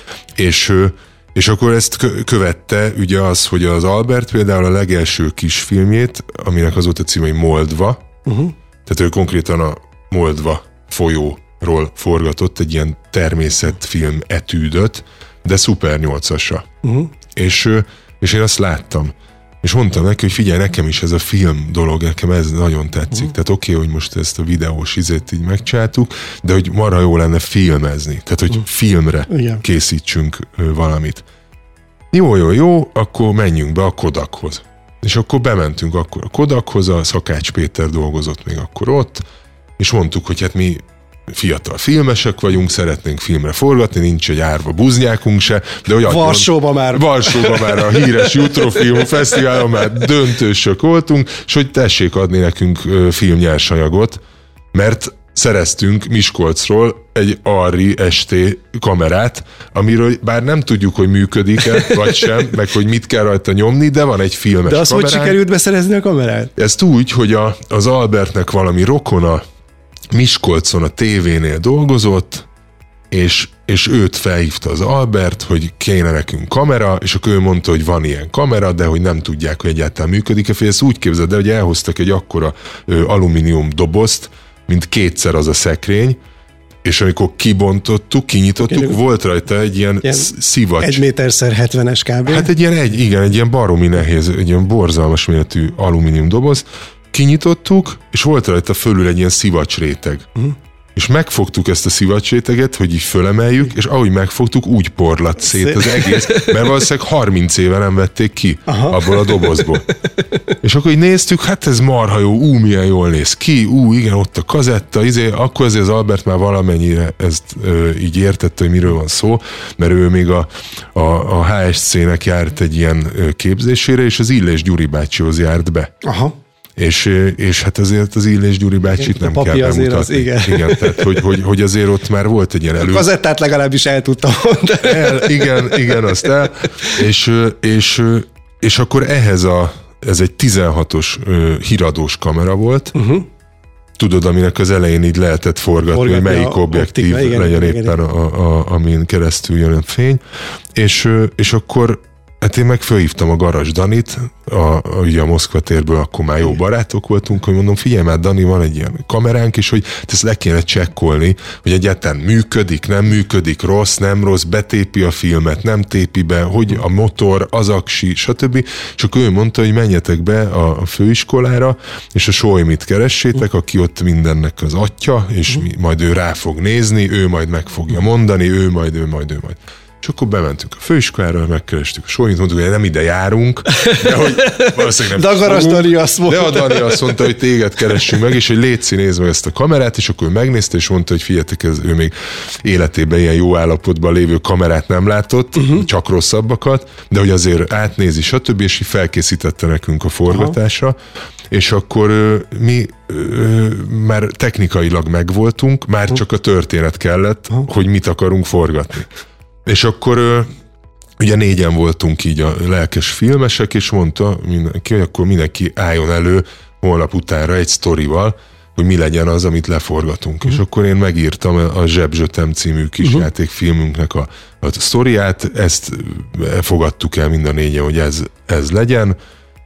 És, és akkor ezt követte ugye az, hogy az Albert például a legelső kisfilmjét, aminek az volt a címe, hogy Moldva, uh-huh. tehát ő konkrétan a Moldva folyóról forgatott egy ilyen természetfilm etűdöt, de szuper nyolcasra. Uh-huh. És És én azt láttam. És mondtam neki, hogy figyelj, nekem is ez a film dolog, nekem ez nagyon tetszik. Uh-huh. Tehát oké, okay, hogy most ezt a videós izét így megcsináltuk, de hogy marha jó lenne filmezni. Tehát, hogy uh-huh. filmre igen. készítsünk valamit. Jó, jó, jó, akkor menjünk be a Kodakhoz. És akkor bementünk akkor a Kodakhoz, a Szakács Péter dolgozott még akkor ott, és mondtuk, hogy hát mi fiatal filmesek vagyunk, szeretnénk filmre forgatni, nincs egy árva buznyákunk se, de hogy Varsóba már. Varsóba már a híres Jutro Film Fesztiválon már döntősök voltunk, és hogy tessék adni nekünk filmnyersanyagot, mert szereztünk Miskolcról egy Arri es té kamerát, amiről bár nem tudjuk, hogy működik-e, vagy sem, meg hogy mit kell rajta nyomni, de van egy filmes de az kamerán. hogy sikerült beszerezni a kamerát? Ezt úgy, hogy a, az Albertnek valami rokona Miskolcon a tévénél dolgozott, és és őt felhívta az Albert, hogy kéne nekünk kamera, és akkor ő mondta, hogy van ilyen kamera, de hogy nem tudják, hogy egyáltalán működik-e, hogy ezt úgy képzeld el, hogy elhoztak egy akkora ö, alumínium dobozt, mint kétszer az a szekrény, és amikor kibontottuk, kinyitottuk, okay, volt rajta egy ilyen, ilyen szivacs. Egy méterszer hetvenes kb. Hát egy ilyen, egy, igen, egy ilyen baromi nehéz, egy ilyen borzalmas méretű alumínium doboz. Kinyitottuk, és volt rajta fölül egy ilyen szivacs réteg. Uh-huh. És megfogtuk ezt a szivacsréteget, hogy így fölemeljük, és ahogy megfogtuk, úgy porlatt szét az egész, mert valószínűleg harminc éve nem vették ki Aha. abból a dobozból. És akkor így néztük, hát ez marha jó, ú, milyen jól néz ki, ú, igen, ott a kazetta, izé, akkor azért az Albert már valamennyire ezt ö, így értette, hogy miről van szó, mert ő még a, a, a há es cé-nek járt egy ilyen képzésére, és az Illés Gyuri bácsihoz járt be. Aha. És, és hát azért az Illés Gyuri bácsit nem kell bemutatni. Az, igen. igen, tehát hogy, hogy, hogy azért ott már volt egy ilyen elő... A kazettát legalábbis el tudtam mondani. El, igen, igen, azt el. És, és, és akkor ehhez a, ez egy tizenhatos híradós kamera volt, uh-huh. tudod, aminek az elején így lehetett forgatni, Forgatni hogy melyik objektív optika, igen, legyen igen, éppen, igen. A, a, amin keresztül jön a fény. És, és akkor hát én meg fölhívtam a Garas Danit, a, a, ugye a Moszkva térből, akkor már jó barátok voltunk, hogy mondom, figyelj már, Dani, van egy ilyen kameránk, és hogy ezt le kéne csekkolni, hogy egyáltalán működik, nem működik, rossz, nem rossz, betépi a filmet, nem tépi be, hogy a motor, az aksi, stb. És akkor ő mondta, hogy menjetek be a, a főiskolára, és a Solymit keressétek, aki ott mindennek az atya, és mi, majd ő rá fog nézni, ő majd meg fogja mondani, ő majd, ő majd, ő majd. És akkor bementünk a főiskolára, megkerestük a Solymit, mondtuk, hogy nem ide járunk, de hogy valószínűleg nem de a Garas Dani azt mondta. De a Dani azt mondta, hogy téged keressünk meg, és hogy létszi, nézd meg ezt a kamerát, és akkor ő megnézte, és mondta, hogy figyeljetek, ez, ő még életében ilyen jó állapotban lévő kamerát nem látott, uh-huh. csak rosszabbakat, de hogy azért átnézi, stb., és így felkészítette nekünk a forgatásra, Aha. és akkor ö, mi ö, már technikailag megvoltunk, már uh-huh. csak a történet kellett, uh-huh. hogy mit akarunk forgatni. És akkor ugye négyen voltunk így a lelkes filmesek, és mondta mindenki, hogy akkor mindenki álljon elő holnap utánra egy sztorival, hogy mi legyen az, amit leforgatunk. Uh-huh. És akkor én megírtam a Zsebzsötem című kisjátékfilmünknek a, a sztoriát, ezt fogadtuk el mind a négyen, hogy ez, ez legyen,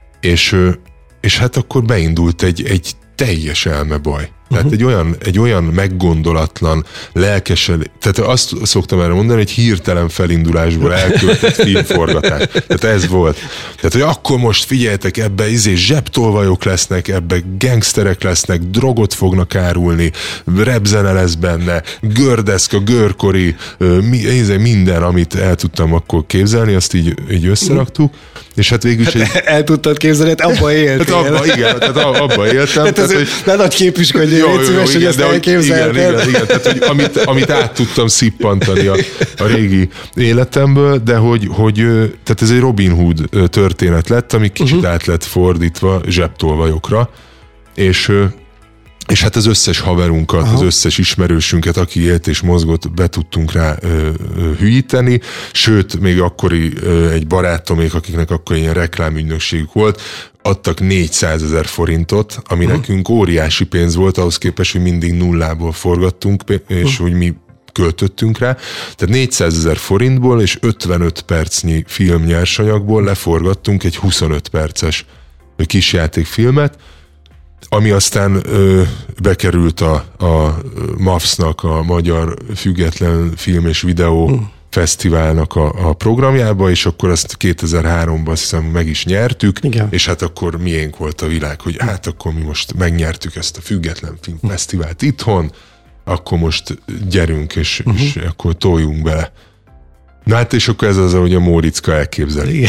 és, és hát akkor beindult egy, egy teljes elmebaj. Tehát uh-huh. egy, olyan, egy olyan meggondolatlan, lelkesen, tehát azt szoktam erre mondani, egy hirtelen felindulásból elköltött filmforgatás. Tehát ez volt. Tehát, hogy akkor most figyeljetek, ebbe izé zsebtolvajok lesznek, ebbe gangsterek lesznek, drogot fognak árulni, repzene lesz benne, gördeszka, görkori, izé minden, amit el tudtam akkor képzelni, azt így, így összeraktuk. És hát végül is egy... hát el tudtad képzelni, hát abba éltél. Hát abba, igen, tehát abba éltem. Hát tehát, hogy... Ne nagy képüsködjél, légy szíves, hogy ezt elképzelted. Igen, igen, igen, tehát hogy amit, amit át tudtam szippantani a, a régi életemből, de hogy, hogy tehát ez egy Robin Hood történet lett, ami kicsit uh-huh. át lett fordítva zsebtolvajokra, és és hát az összes haverunkat, Aha. az összes ismerősünket, aki élt és mozgott, be tudtunk rá ö, ö, hülyíteni, sőt, még akkori ö, egy barátomék, akiknek akkor ilyen reklámügynökségük volt, adtak négyszázezer forintot, ami uh-huh. nekünk óriási pénz volt, ahhoz képest, hogy mindig nullából forgattunk, és uh-huh. hogy mi költöttünk rá. Tehát négyszázezer forintból és ötvenöt percnyi filmnyersanyagból leforgattunk egy huszonöt perces kisjátékfilmet, ami aztán ö, bekerült a, a MAFS-nak, a Magyar Független Film és Videó uh. Fesztiválnak a, a programjába, és akkor azt kétezer-háromban azt hiszem meg is nyertük, Igen. és hát akkor miénk volt a világ, hogy hát akkor mi most megnyertük ezt a Független Filmfesztivált itthon, akkor most gyerünk, és, uh-huh. és akkor toljunk bele. Na hát, és akkor ez az, ahogy a Móriczka elképzeli.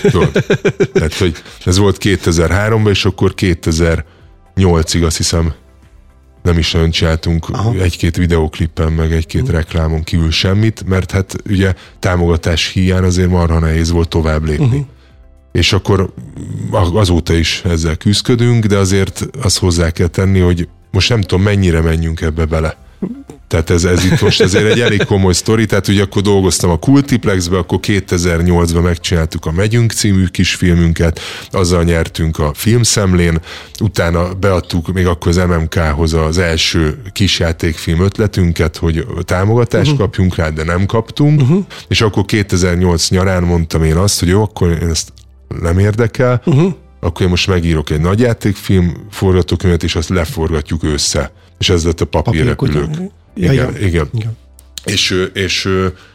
Tehát, hogy ez volt kétezer-háromban, és akkor kétezer-nyolcig azt hiszem nem is nagyon csináltunk Aha. egy-két videóklippen, meg egy-két uh-huh. reklámon kívül semmit, mert hát ugye támogatás híján azért marha nehéz volt tovább lépni. Uh-huh. És akkor azóta is ezzel küzdködünk, de azért azt hozzá kell tenni, hogy most nem tudom, mennyire menjünk ebbe bele. Tehát ez, ez itt most azért egy elég komoly sztori, tehát ugye akkor dolgoztam a Kultiplexbe, akkor kétezer-nyolcban megcsináltuk a Megyünk című kisfilmünket, azzal nyertünk a Filmszemlén, utána beadtuk még akkor az em em ká-hoz az első kisjátékfilm ötletünket, hogy támogatást uh-huh. kapjunk rá, de nem kaptunk, uh-huh. és akkor kétezer-nyolc nyarán mondtam én azt, hogy jó, akkor én ezt nem érdekel, uh-huh. akkor én most megírok egy nagyjátékfilm forgatókönyvet, és azt leforgatjuk össze. És ez lett a Papírrepülők. Ja, igen, igen, igen. igen. És, és,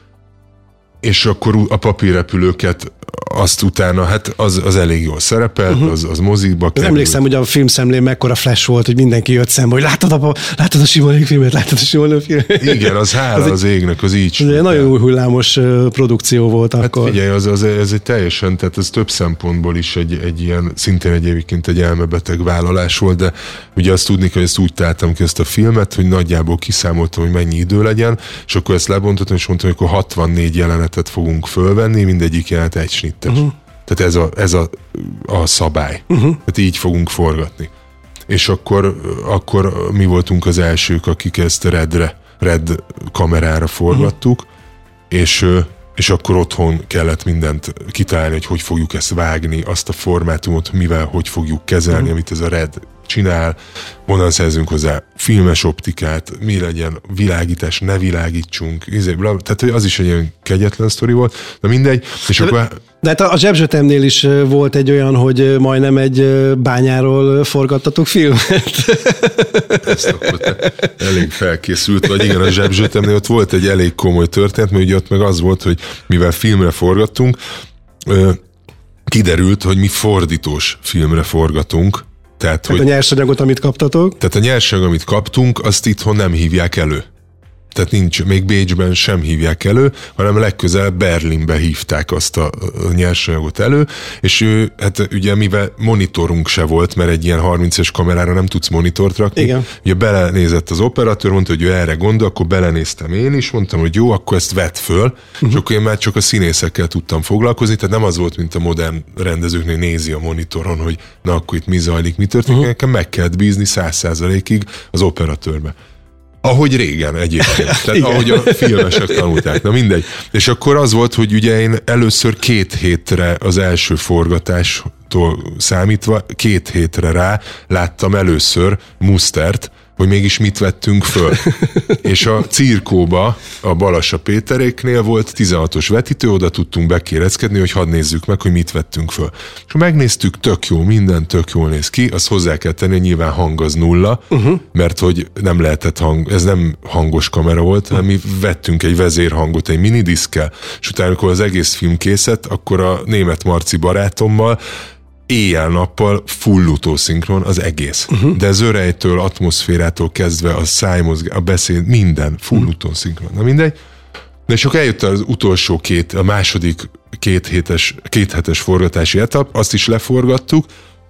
és akkor a Papírrepülőket azt utána, hát az, az elég jól szerepelt, uh-huh. az, az mozikba került. Emlékszem, hogy a Filmszemlén mekkora flash volt, hogy mindenki jött szembe, hogy láttad a, látod a Simonék filmet, láttad a Simonék filmet. Igen, az hála az, az égnek, az így. Ez egy nagyon új hullámos produkció volt hát akkor. Figyelj, az, az, ez egy teljesen, tehát ez több szempontból is egy, egy ilyen, szintén egyébként egy elmebeteg vállalás volt, de ugye azt tudni, hogy ezt úgy találtam ki ezt a filmet, hogy nagyjából kiszámoltam, hogy mennyi idő legyen, és akkor ezt lebontottam, és mondtam, hogy akkor hatvannégy jelenetet fogunk fölvenni, mindegyik jelenet egy snittes. Uh-huh. Tehát ez a, ez a, a szabály. Uh-huh. Tehát így fogunk forgatni. És akkor, akkor mi voltunk az elsők, akik ezt redre, red kamerára forgattuk, uh-huh. és, és akkor otthon kellett mindent kitalálni, hogy hogy fogjuk ezt vágni, azt a formátumot, mivel hogy fogjuk kezelni, uh-huh. amit ez a red csinál, honnan szerzünk hozzá filmes optikát, mi legyen, világítás, ne világítsunk, tehát az is egy olyan kegyetlen sztori volt, de mindegy, és de, akkor... De hát a Zsebzsötemnél is volt egy olyan, hogy majdnem egy bányáról forgattatok filmet. Ezt akkor te elég felkészült vagy, igen, a Zsebzsötemnél ott volt egy elég komoly történet, mert ugye ott meg az volt, hogy mivel filmre forgattunk, kiderült, hogy mi fordítós filmre forgatunk. Tehát, tehát hogy, a nyersanyagot, amit kaptatok? Tehát a nyersanyag, amit kaptunk, azt itthon nem hívják elő. Tehát nincs, még Bécsben sem hívják elő, hanem legközelebb Berlinbe hívták azt a, a nyersanyagot elő, és ő, hát ugye mivel monitorunk se volt, mert egy ilyen harmincas kamerára nem tudsz monitort rakni, igen. Ugye belenézett az operatőr, mondta, hogy ő erre gondol, akkor belenéztem én is, mondtam, hogy jó, akkor ezt vedd föl, uh-huh. és akkor én már csak a színészekkel tudtam foglalkozni, tehát nem az volt, mint a modern rendezőknél nézi a monitoron, hogy na akkor itt mi zajlik, mi történik, uh-huh. nekem meg kellett bízni száz százalékig az operatőrbe. Ahogy régen egyébként, tehát ahogy a filmesek tanulták, na mindegy. És akkor az volt, hogy ugye én először két hétre az első forgatástól számítva, két hétre rá láttam először mustert, hogy mégis mit vettünk föl. És a cirkóba, a Balassa Péteréknél volt tizenhatos vetítő, oda tudtunk bekéreckedni, hogy hadd nézzük meg, hogy mit vettünk föl. És megnéztük, tök jó, minden tök jól néz ki, azt hozzá kell tenni, hogy nyilván hang az nulla, uh-huh. mert hogy nem lehetett hang, ez nem hangos kamera volt, hanem mi vettünk egy vezérhangot, egy minidiszkkel, és utána, amikor az egész film készett, akkor a Németh Marci barátommal éjjel-nappal full utószinkron az egész. Uh-huh. De zörejtől, atmoszférától kezdve a szájmozgás, a beszéd, minden full uh-huh. utószinkron. Na mindegy. De csak eljött az utolsó két, a második két hétes, két hetes forgatási etap, azt is leforgattuk,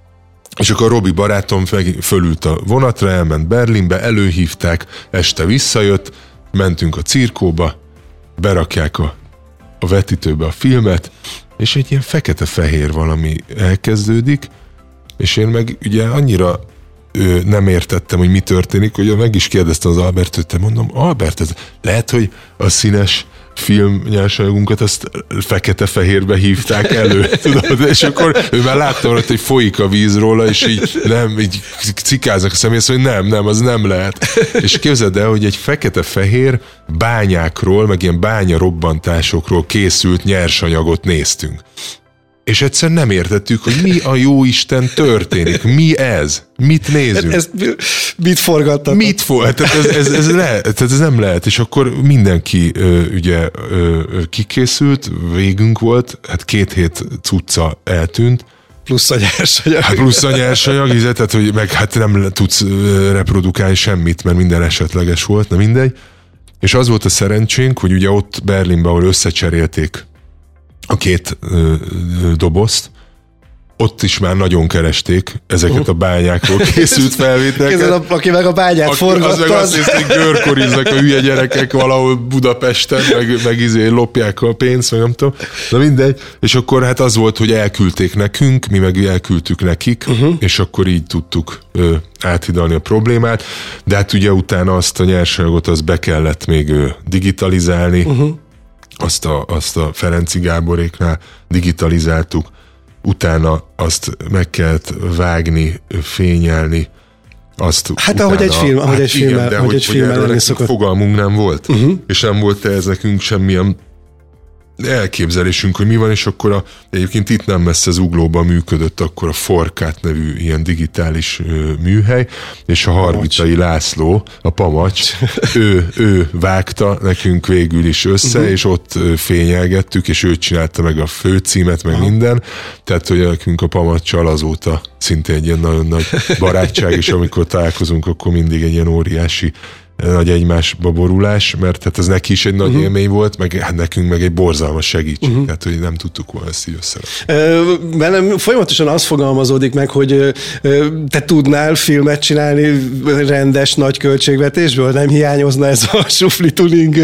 és akkor Robi barátom fölült a vonatra, elment Berlinbe, előhívták, este visszajött, mentünk a cirkóba, berakják a, a vetítőbe a filmet, és egy ilyen fekete-fehér valami elkezdődik, és én meg ugye annyira ö, nem értettem, hogy mi történik, hogy meg is kérdeztem az Albertőt, te mondom, Albert, ez lehet, hogy a színes film nyersanyagunkat azt fekete-fehérbe hívták elő, tudod, és akkor ő már látta rajta, hogy folyik a víz róla, és így nem, így cikáznak a személyes, hogy nem, nem, az nem lehet. És képzeld el, hogy egy fekete-fehér bányákról, meg ilyen bánya robbantásokról készült nyersanyagot néztünk. És egyszerűen nem értettük, hogy mi a jó Isten történik. Mi ez? Mit nézünk? Ez, mit forgattatok? Mit for... tehát ez, ez, ez, le... tehát ez nem lehet. És akkor mindenki ö, ugye ö, kikészült, végünk volt, hát két hét cucca eltűnt. Plusz a nyersanyag. Hát plusz a nyersanyag, tehát hogy meg hát nem tudsz reprodukálni semmit, mert minden esetleges volt, na mindegy. És az volt a szerencsénk, hogy ugye ott Berlinben, ahol összecserélték a két ö, ö, dobozt, ott is már nagyon keresték ezeket a bányákról készült felvételeket. Kézzel, aki meg a bányát aki, forgatta. Az meg azt hiszi, hogy görkoriznak a hülye gyerekek valahol Budapesten, meg, meg izé lopják a pénzt, meg nem tudom. De mindegy. És akkor hát az volt, hogy elküldték nekünk, mi meg elküldtük nekik, uh-huh. és akkor így tudtuk ö, áthidalni a problémát. De hát ugye utána azt a nyersanyagot az be kellett még ö, digitalizálni. Uh-huh. Azt a, azt a Ferenci Gáboréknál digitalizáltuk. Utána azt meg kellett vágni, fényelni, azt hát utána, ahogy egy film, ahogy hát egy igen, filmmel, de ahogy hogy, egy filmmel lenni szokott. Fogalmunk nem volt, uh-huh. és nem volt ez nekünk semmilyen elképzelésünk, hogy mi van, és akkor a, egyébként itt nem messze az Uglóban működött akkor a Forkát nevű ilyen digitális ö, műhely, és a Hargitai László, a Pamacs, ő, ő vágta nekünk végül is össze, uh-huh. és ott ö, fényelgettük, és ő csinálta meg a főcímet, meg uh-huh. minden, tehát hogy nekünk a Pamacsal azóta szintén egy ilyen nagyon nagy barátság, és amikor találkozunk, akkor mindig egy ilyen óriási nagy egymásba borulás, mert hát ez neki is egy nagy uh-huh. élmény volt, meg hát nekünk meg egy borzalmas segítség, uh-huh. tehát hogy nem tudtuk volna ezt így összerakni. Bennem folyamatosan az fogalmazódik meg, hogy te tudnál filmet csinálni rendes nagy költségvetésből, nem hiányozna ez a sufli tuning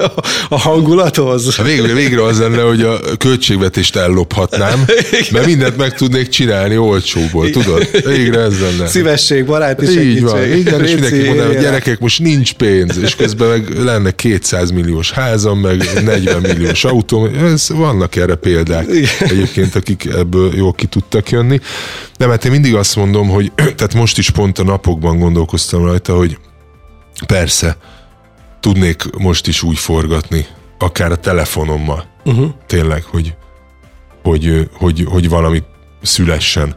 a hangulathoz? Hát végre, végre az lenne, hogy a költségvetést ellophatnám, mert mindent meg tudnék csinálni olcsóból, tudod? Végre ez lenne. Szívesség, baráti segítség. Így van, igen, és mindenki mondaná, hogy gyerekek, most nincs pénz, és közben meg lenne kétszáz milliós házam, meg negyven milliós autó, ez, vannak erre példák egyébként, akik ebből jól ki tudtak jönni. De mert én mindig azt mondom, hogy tehát most is pont a napokban gondolkoztam rajta, hogy persze, tudnék most is úgy forgatni, akár a telefonommal, uh-huh. tényleg, hogy, hogy, hogy, hogy valami szülessen.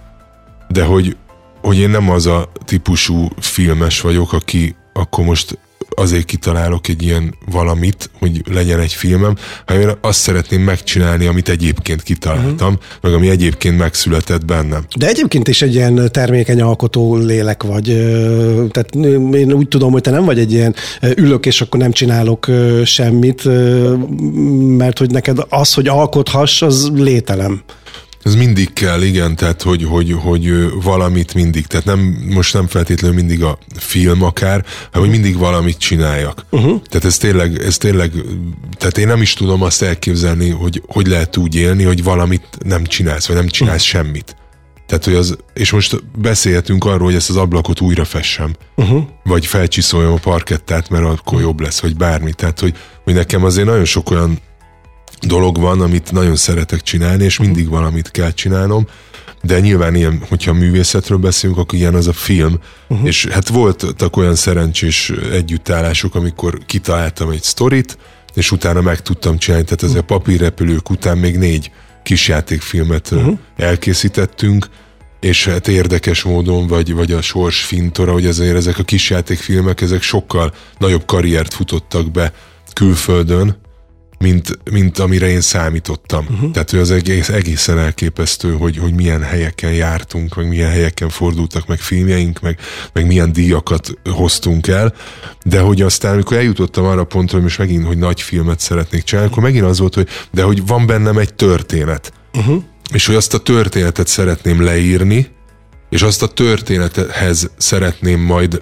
De hogy, hogy én nem az a típusú filmes vagyok, aki akkor most azért kitalálok egy ilyen valamit, hogy legyen egy filmem, hanem én azt szeretném megcsinálni, amit egyébként kitaláltam, uh-huh. meg ami egyébként megszületett bennem. De egyébként is egy ilyen termékeny alkotó lélek vagy. Tehát én úgy tudom, hogy te nem vagy egy ilyen ülök, és akkor nem csinálok semmit, mert hogy neked az, hogy alkothass, az lételem. Ez mindig kell, igen, tehát hogy, hogy, hogy valamit mindig, tehát nem, most nem feltétlenül mindig a film akár, hanem hogy mindig valamit csináljak. Uh-huh. Tehát ez tényleg, ez tényleg, tehát én nem is tudom azt elképzelni, hogy hogy lehet úgy élni, hogy valamit nem csinálsz, vagy nem csinálsz uh-huh. semmit. Tehát, hogy az, és most beszélhetünk arról, hogy ezt az ablakot újra fessem, uh-huh. vagy felcsiszoljam a parkettát, mert akkor jobb lesz, vagy bármi. Tehát, hogy, hogy nekem azért nagyon sok olyan dolog van, amit nagyon szeretek csinálni, és mindig valamit kell csinálnom, de nyilván ilyen, hogyha művészetről beszélünk, akkor ilyen az a film, uh-huh. és hát voltak olyan szerencsés együttállások, amikor kitaláltam egy sztorit, és utána meg tudtam csinálni, tehát azért a Papírrepülők után még négy kisjátékfilmet uh-huh. elkészítettünk, és hát érdekes módon, vagy, vagy a sors fintora, hogy ezért ezek a kisjátékfilmek, ezek sokkal nagyobb karriert futottak be külföldön, mint, mint amire én számítottam. Uh-huh. Tehát, hogy az egész, egészen elképesztő, hogy, hogy milyen helyeken jártunk, meg milyen helyeken fordultak meg filmjeink, meg, meg milyen díjakat hoztunk el, de hogy aztán, amikor eljutottam arra pontra, hogy most megint, hogy nagy filmet szeretnék csinálni, akkor megint az volt, hogy de hogy van bennem egy történet. Uh-huh. És hogy azt a történetet szeretném leírni, és azt a történethez szeretném majd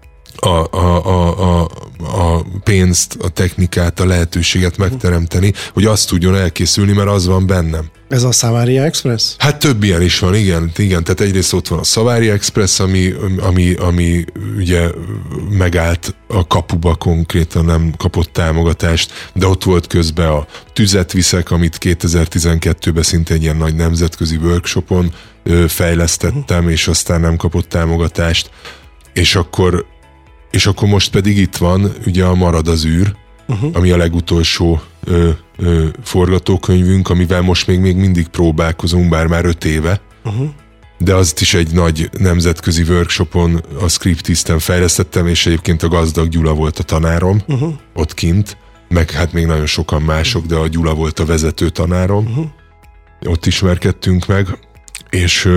A, a, a, a, a pénzt, a technikát, a lehetőséget megteremteni, hogy azt tudjon elkészülni, mert az van bennem. Ez a Savaria Express? Hát több ilyen is van, igen. igen. Tehát egyrészt ott van a Savaria Express, ami, ami, ami ugye megállt a kapuba, konkrétan nem kapott támogatást, de ott volt közben a Tüzet viszek, amit kétezer-tizenkettőben szinte egy ilyen nagy nemzetközi workshopon ö, fejlesztettem, uh-huh. és aztán nem kapott támogatást. És akkor És akkor most pedig itt van ugye a Marad az űr, uh-huh. ami a legutolsó ö, ö, forgatókönyvünk, amivel most még, még mindig próbálkozunk, bár már öt éve. Uh-huh. De azt is egy nagy nemzetközi workshopon a Scriptisten fejlesztettem, és egyébként a Gazdag Gyula volt a tanárom uh-huh. ott kint, meg hát még nagyon sokan mások, de a Gyula volt a vezető tanárom. Uh-huh. Ott ismerkedtünk meg, és,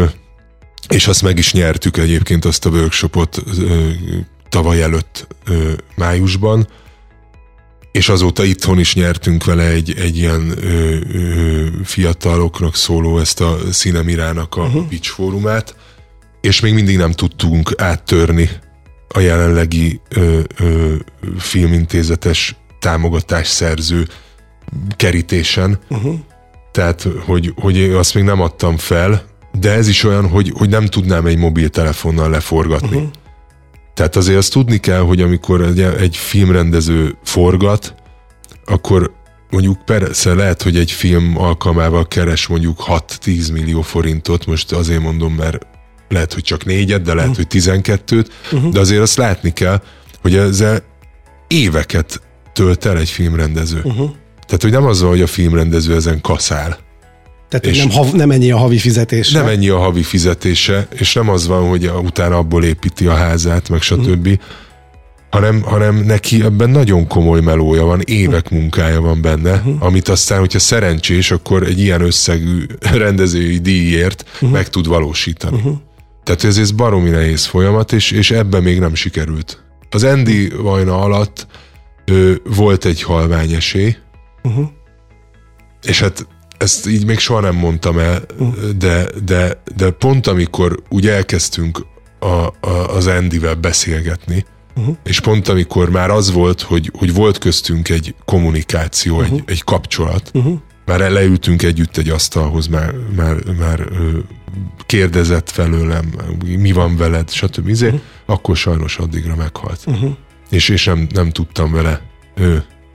és azt meg is nyertük egyébként, azt a workshopot tavaly előtt ö, májusban, és azóta itthon is nyertünk vele egy, egy ilyen ö, ö, fiataloknak szóló ezt a Cinemirának a uh-huh. pitch fórumát, és még mindig nem tudtunk áttörni a jelenlegi ö, ö, filmintézetes támogatásszerző kerítésen. Uh-huh. Tehát, hogy, hogy azt még nem adtam fel, de ez is olyan, hogy, hogy nem tudnám egy mobiltelefonnal leforgatni. Uh-huh. Tehát azért azt tudni kell, hogy amikor egy, egy filmrendező forgat, akkor mondjuk persze lehet, hogy egy film alkalmával keres mondjuk hat-tíz millió forintot, most azért mondom, mert lehet, hogy csak négyet, de lehet, uh-huh. hogy tizenkettőt, uh-huh. de azért azt látni kell, hogy ezzel éveket tölt el egy filmrendező. Uh-huh. Tehát, hogy nem az van, hogy a filmrendező ezen kaszál. Tehát nem, hav, nem ennyi a havi fizetése. Nem ennyi a havi fizetése, és nem az van, hogy utána abból építi a házát, meg stb., uh-huh. hanem, hanem neki ebben nagyon komoly melója van, évek uh-huh. munkája van benne, uh-huh. amit aztán, hogyha szerencsés, akkor egy ilyen összegű rendezői díjért uh-huh. meg tud valósítani. Uh-huh. Tehát ez, ez baromi nehéz folyamat, és, és ebben még nem sikerült. Az Andy Vajna alatt ö, volt egy halvány esély, uh-huh. és hát ezt így még soha nem mondtam el, uh-huh. de, de, de pont amikor úgy elkezdtünk a, a, az Andyvel beszélgetni, uh-huh. és pont amikor már az volt, hogy, hogy volt köztünk egy kommunikáció, uh-huh. egy, egy kapcsolat, uh-huh. már leültünk együtt egy asztalhoz, már, már, már kérdezett felőlem, mi van veled, stb. Uh-huh. Akkor sajnos addigra meghalt. Uh-huh. És, és nem, nem tudtam vele ö,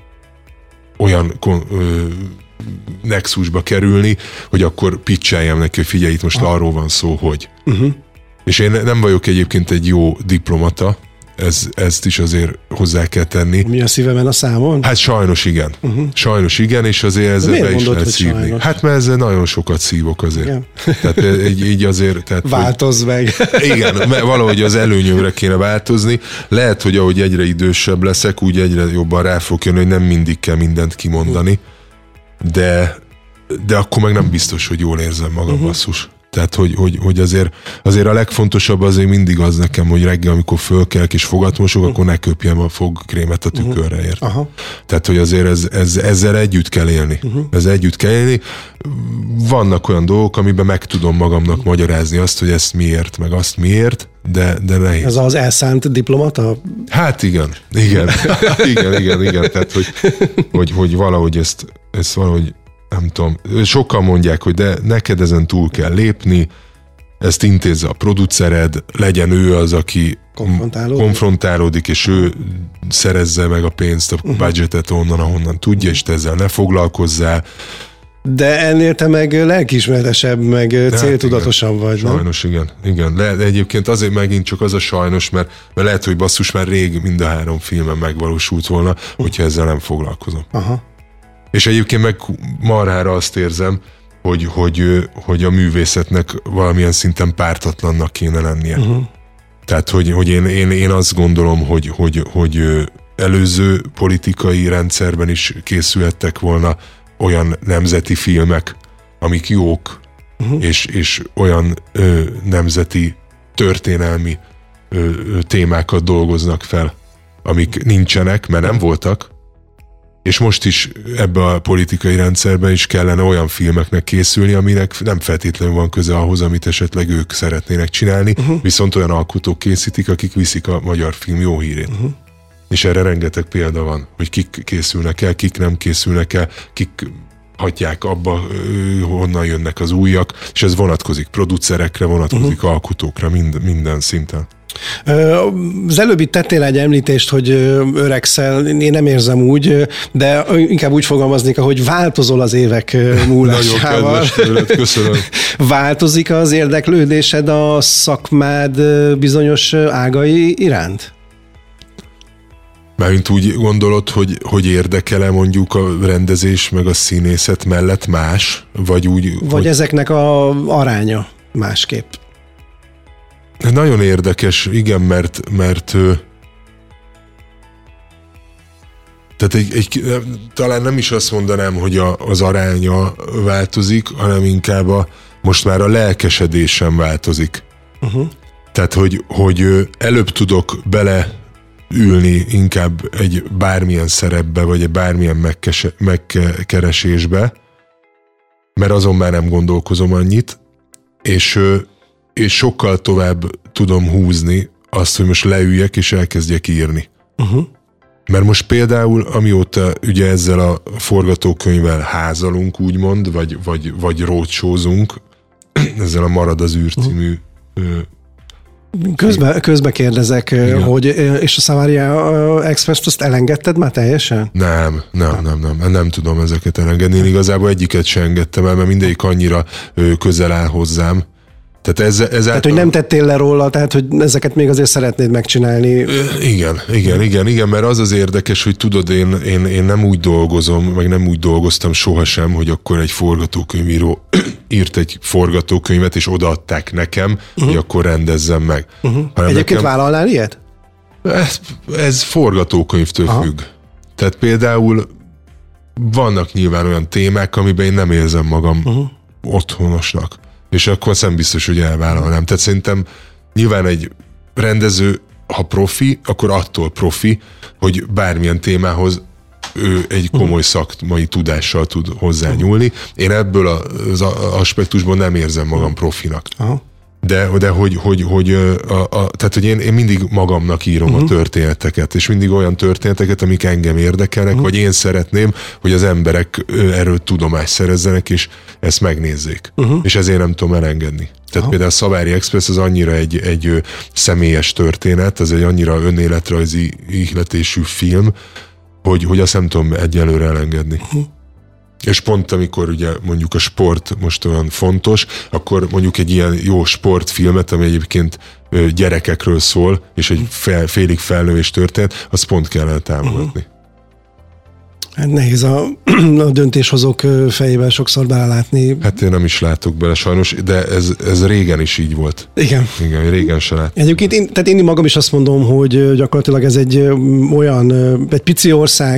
olyan ö, nexusba kerülni, hogy akkor pitcheljem neki, hogy figyelj, itt most uh-huh. arról van szó, hogy. Uh-huh. És én nem vagyok egyébként egy jó diplomata, Ez, ezt is azért hozzá kell tenni. Mi a szívemen a számon? Hát sajnos igen. Uh-huh. Sajnos igen, és azért ezzel be is mondod, lehet szívni. Sajnos? Hát mert ezzel nagyon sokat szívok azért. Igen. Tehát így, így azért... Tehát, Változz hogy, meg. Igen, mert valahogy az előnyömre kéne változni. Lehet, hogy ahogy egyre idősebb leszek, úgy egyre jobban rá fog jönni, hogy nem mindig kell mindent kimondani, de, de akkor meg nem biztos, hogy jól érzem magam, uh-huh. basszus. Tehát, hogy, hogy, hogy azért, azért a legfontosabb azért mindig az nekem, hogy reggel, amikor fölkelek és fogat mosok, uh-huh. akkor ne köpjem a fogkrémet a tükörre, ért. Uh-huh. Tehát, hogy azért ez, ez, ezzel együtt kell élni. Uh-huh. Ezzel együtt kell élni. Vannak olyan dolgok, amiben meg tudom magamnak uh-huh. magyarázni azt, hogy ezt miért, meg azt miért, de, de nehéz. Ez az elszánt diplomata? Hát igen, igen, igen, igen, igen. Tehát, hogy, hogy, hogy valahogy ezt, ezt valahogy nem tudom, sokan mondják, hogy de neked ezen túl kell lépni, ezt intézze a producered, legyen ő az, aki konfrontálódik, konfrontálódik és ő szerezze meg a pénzt, a uh-huh. budgetet onnan, ahonnan tudja, és te ezzel ne foglalkozzál. De ennél te meg lelkiismeretesebb, meg de céltudatosabb hát vagy, nem? Sajnos igen, igen. De egyébként azért megint csak az a sajnos, mert, mert lehet, hogy basszus már rég mind a három filmen megvalósult volna, uh-huh. hogyha ezzel nem foglalkozom. Aha. És egyébként meg marhára azt érzem, hogy, hogy, hogy a művészetnek valamilyen szinten pártatlannak kéne lennie. Uh-huh. Tehát, hogy, hogy én, én, én azt gondolom, hogy, hogy, hogy előző politikai rendszerben is készülhettek volna olyan nemzeti filmek, amik jók, uh-huh. és, és olyan ö, nemzeti történelmi ö, témákat dolgoznak fel, amik nincsenek, mert nem voltak, és most is ebbe a politikai rendszerben is kellene olyan filmeknek készülni, aminek nem feltétlenül van köze ahhoz, amit esetleg ők szeretnének csinálni, uh-huh. viszont olyan alkotók készítik, akik viszik a magyar film jó hírét. Uh-huh. És erre rengeteg példa van, hogy kik készülnek el, kik nem készülnek el, kik hagyják abba, honnan jönnek az újak, és ez vonatkozik producerekre, vonatkozik uh-huh. alkotókra, mind, minden szinten. Az előbb itt tettél egy említést, hogy öregszel, én nem érzem úgy, de inkább úgy fogalmaznék, ahogy változol az évek múlásával. Nagyon kedves tőled, köszönöm. Változik az érdeklődésed a szakmád bizonyos ágai iránt? Mármint úgy gondolod, hogy, hogy érdekel-e mondjuk a rendezés meg a színészet mellett más? Vagy úgy... Vagy hogy... ezeknek a aránya másképp? Nagyon érdekes, igen, mert, mert tehát egy, egy, talán nem is azt mondanám, hogy a, az aránya változik, hanem inkább a, most már a lelkesedésem változik. Uh-huh. Tehát, hogy, hogy előbb tudok bele ülni inkább egy bármilyen szerepbe, vagy egy bármilyen megkese, megkeresésbe, mert azon már nem gondolkozom annyit, és, és sokkal tovább tudom húzni azt, hogy most leüljek és elkezdjek írni. Uh-huh. Mert most például, amióta ugye ezzel a forgatókönyvvel házalunk, úgymond, vagy, vagy, vagy roadshow-zunk, ezzel a Marad az űr című Közbe, közbe kérdezek, igen. Hogy és a Savaria Express-t azt elengedted már teljesen? Nem, nem, nem, nem, nem, nem tudom ezeket elengedni. Én igazából egyiket sem engedtem el, mert mindegyik annyira közel áll hozzám. Tehát, ez, ez tehát hogy nem tettél le róla, tehát hogy ezeket még azért szeretnéd megcsinálni. Igen, igen, igen, igen, mert az az érdekes, hogy tudod, én, én, én nem úgy dolgozom, meg nem úgy dolgoztam sohasem, hogy akkor egy forgatókönyvíró írt egy forgatókönyvet, és odaadták nekem, uh-huh. hogy akkor rendezzem meg. Uh-huh. Egyébként nekem, vállalnál ilyet? Ez, ez forgatókönyvtől Aha. függ. Tehát például vannak nyilván olyan témák, amiben én nem érzem magam uh-huh. otthonosnak. És akkor nem biztos, hogy elvállalnám. Tehát szerintem nyilván egy rendező, ha profi, akkor attól profi, hogy bármilyen témához ő egy komoly szakmai tudással tud hozzányúlni. Én ebből az aspektusból nem érzem magam profinak. Aha. De, de hogy, hogy, hogy, a, a, tehát, hogy én, én mindig magamnak írom uh-huh. a történeteket, és mindig olyan történeteket, amik engem érdekelnek, uh-huh. vagy én szeretném, hogy az emberek erről tudomást szerezzenek, és ezt megnézzék. Uh-huh. És ezért nem tudom elengedni. Tehát uh-huh. például a Savaria Express az annyira egy, egy személyes történet, az egy annyira önéletrajzi ihletésű film, hogy, hogy azt nem tudom egyelőre elengedni. Uh-huh. És pont amikor ugye mondjuk a sport most olyan fontos, akkor mondjuk egy ilyen jó sportfilmet, ami egyébként gyerekekről szól, és egy fel, félig felnövés történet, azt pont kellene támogatni. Uh-huh. Hát nehéz a, a döntéshozók fejében sokszor belelátni. Hát én nem is látok bele sajnos, de ez, ez régen is így volt. Igen. Igen, régen se láttam. Egyébként én, tehát én magam is azt mondom, hogy gyakorlatilag ez egy olyan, egy pici ország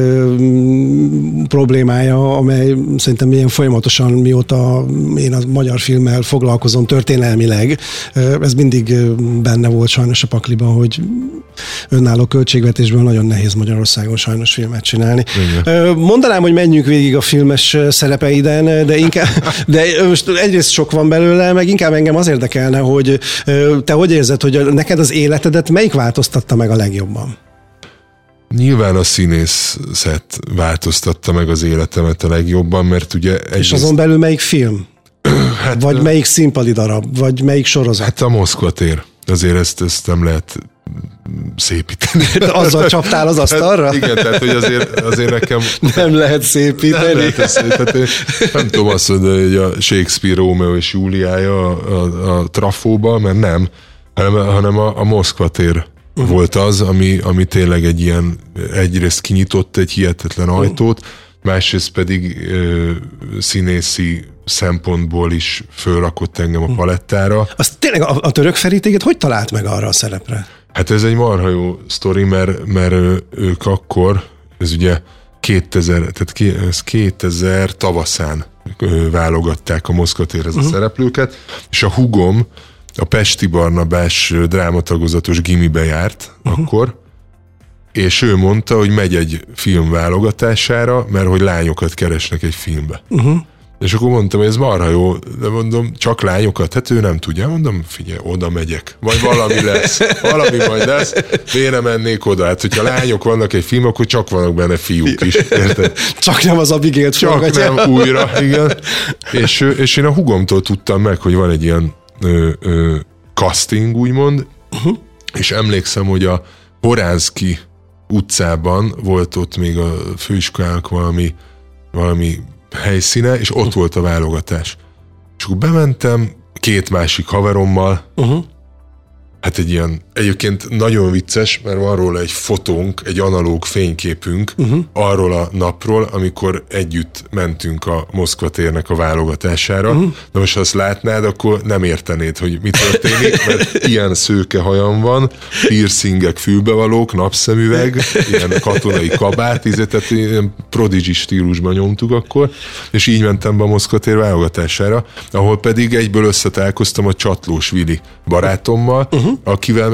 problémája, amely szerintem ilyen folyamatosan mióta én a magyar filmmel foglalkozom történelmileg, ez mindig benne volt sajnos a pakliban, hogy önálló költségvetésből nagyon nehéz Magyarországon sajnos filmet csinálni. Igen. Mondanám, hogy menjünk végig a filmes szerepeiden, de inkább, de most egyrészt sok van belőle, meg inkább engem az érdekelne, hogy te hogy érzed, hogy neked az életedet melyik változtatta meg a legjobban? Nyilván a színészet változtatta meg az életemet a legjobban, mert ugye... És egyrészt... azon belül melyik film? Hát, vagy melyik színpadi darab? Vagy melyik sorozat? Hát a Moszkva tér. Azért ezt, ezt nem lehet szépíteni. De azzal csaptál az asztalra? Hát, igen, tehát hogy azért, azért nekem... Nem lehet szépíteni. Nem lehet szépíteni. Nem tudom azt mondani, hogy a Shakespeare Rómeó és Júliája a, a, a trafóba, mert nem, hanem, hanem a, a Moszkva tér uh-huh. volt az, ami, ami tényleg egy ilyen, egyrészt kinyitott egy hihetetlen ajtót, uh-huh. másrészt pedig ö, színészi szempontból is fölrakott engem a palettára. Azt tényleg a, a Török Feri téged hogy talált meg arra a szerepre? Hát ez egy marha jó sztori, mert, mert ők akkor, ez ugye kétezer, tehát ez kétezer tavaszán válogatták a Moszkva térhez uh-huh. a szereplőket, és a hugom a Pesti Barnabás drámatagozatos gimibe járt uh-huh. akkor, és ő mondta, hogy megy egy film válogatására, mert hogy lányokat keresnek egy filmbe. Uh-huh. És akkor mondtam, hogy ez marha jó, de mondom, csak lányokat? Hát ő nem tudja. Mondom, figyelj, oda megyek. Majd valami lesz. Valami majd lesz. Miért nem mennék oda? Hát, hogyha lányok vannak egy film, akkor csak vannak benne fiúk is. Érted? Csak nem az Abigail-t Csak forgatja. Nem újra, igen. És, és én a hugomtól tudtam meg, hogy van egy ilyen ö, ö, casting, úgymond, uh-huh. és emlékszem, hogy a Horánszky utcában volt ott még a főiskolának valami, valami helyszíne, és ott volt a válogatás. És akkor bementem két másik haverommal, uh-huh. hát egy ilyen, egyébként nagyon vicces, mert van róla egy fotónk, egy analóg fényképünk uh-huh. arról a napról, amikor együtt mentünk a Moszkva térnek a válogatására. Uh-huh. De most ha azt látnád, akkor nem értenéd, hogy mi történik, mert ilyen szőke hajam van, piercingek, fülbevalók, napszemüveg, ilyen katonai kabát, íze, tehát ilyen prodigy stílusban nyomtuk akkor, és így mentem be a Moszkva tér válogatására, ahol pedig egyből összetalálkoztam a Csatlós Vili barátommal, uh-huh. akivel meg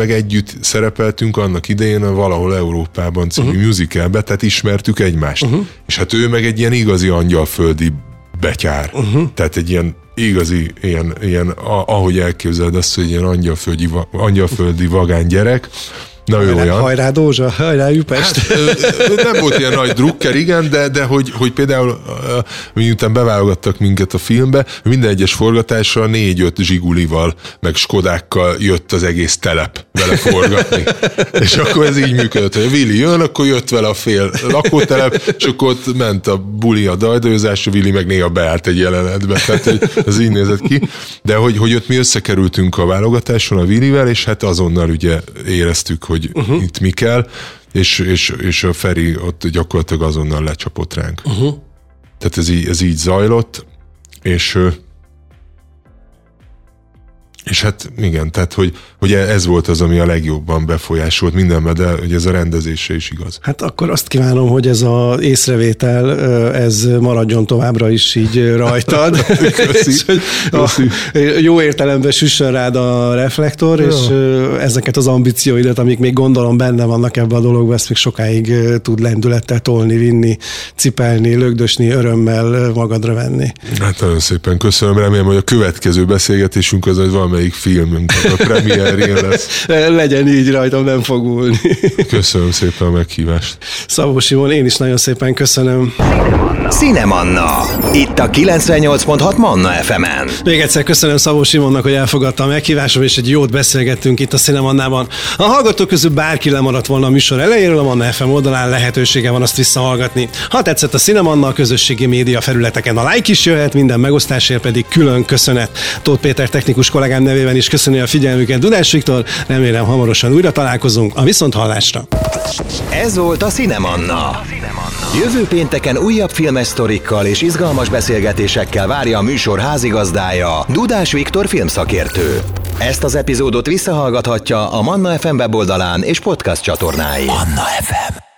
meg együtt szerepeltünk annak idején a Valahol Európában című uh-huh. musicalbe, tehát ismertük egymást. Uh-huh. És hát ő meg egy ilyen igazi angyalföldi betyár. Uh-huh. Tehát egy ilyen igazi, ilyen, ilyen ahogy elképzeled azt, hogy ilyen angyalföldi, angyalföldi vagány gyerek. Na ő olyan. Hajrá Dózsa, hajrá Újpest. Hát, nem volt ilyen nagy drukker, igen, de, de hogy, hogy például miután beválogattak minket a filmbe, minden egyes forgatásra négy-öt zsigulival, meg Skodákkal jött az egész telep vele forgatni. És akkor ez így működött, hogy a Willi jön, akkor jött vele a fél lakótelep, és akkor ott ment a buli, a dajdajozás, a Willi meg néha beállt egy jelenetbe. Tehát ez így nézett ki. De hogy, hogy ott mi összekerültünk a válogatáson a Willivel, és hát azonnal ugye éreztük, hogy hogy uh-huh. itt mi kell, és, és, és a Feri ott gyakorlatilag azonnal lecsapott ránk. Uh-huh. Tehát ez így, ez így zajlott, és és hát igen, tehát hogy, hogy ez volt az, ami a legjobban befolyásolt mindenben, de hogy ez a rendezése is igaz. Hát akkor azt kívánom, hogy ez az észrevétel, ez maradjon továbbra is így rajtad. Köszi. Köszi. Jó értelemben süssön rád a reflektor, ja. És ezeket az ambícióidat, amik még gondolom benne vannak ebben a dologban, ezt még sokáig tud lendülettel tolni, vinni, cipelni, lögdösni, örömmel magadra venni. Hát nagyon szépen köszönöm, remélem, hogy a következő beszélgetésünk az, hogy valamelyik filmünk, a premierjén lesz. Legyen így, rajtam nem fog múlni. Köszönöm szépen a meghívást. Szabó Simon, én is nagyon szépen köszönöm. Cinemanna. Itt a kilencvennyolc pont hat Manna ef emen. Még egyszer köszönöm Szabó Simonnak, hogy elfogadta a meghívásom, és egy jót beszélgettünk itt a Cinemannában. A hallgatók közül bárki lemaradt volna a műsor elejéről, a Manna ef em oldalán lehetősége van azt visszahallgatni. Ha tetszett a Cinemanna, a közösségi média felületeken a like is jöhet, minden megosztásért pedig külön köszönet. Tóth Péter technikus kollégám nevében is köszönöm a figyelmüket. Dudás Viktor, remélem hamarosan újra találkozunk, a viszonthallásra. Ez volt a Cinemanna. Jövő pénteken újabb filmes sztorikkal és izgalmas beszélgetésekkel várja a műsor házigazdája, Dudás Viktor filmszakértő. Ezt az epizódot visszahallgathatja a Manna ef em weboldalán és podcast csatornáin. Manna ef em.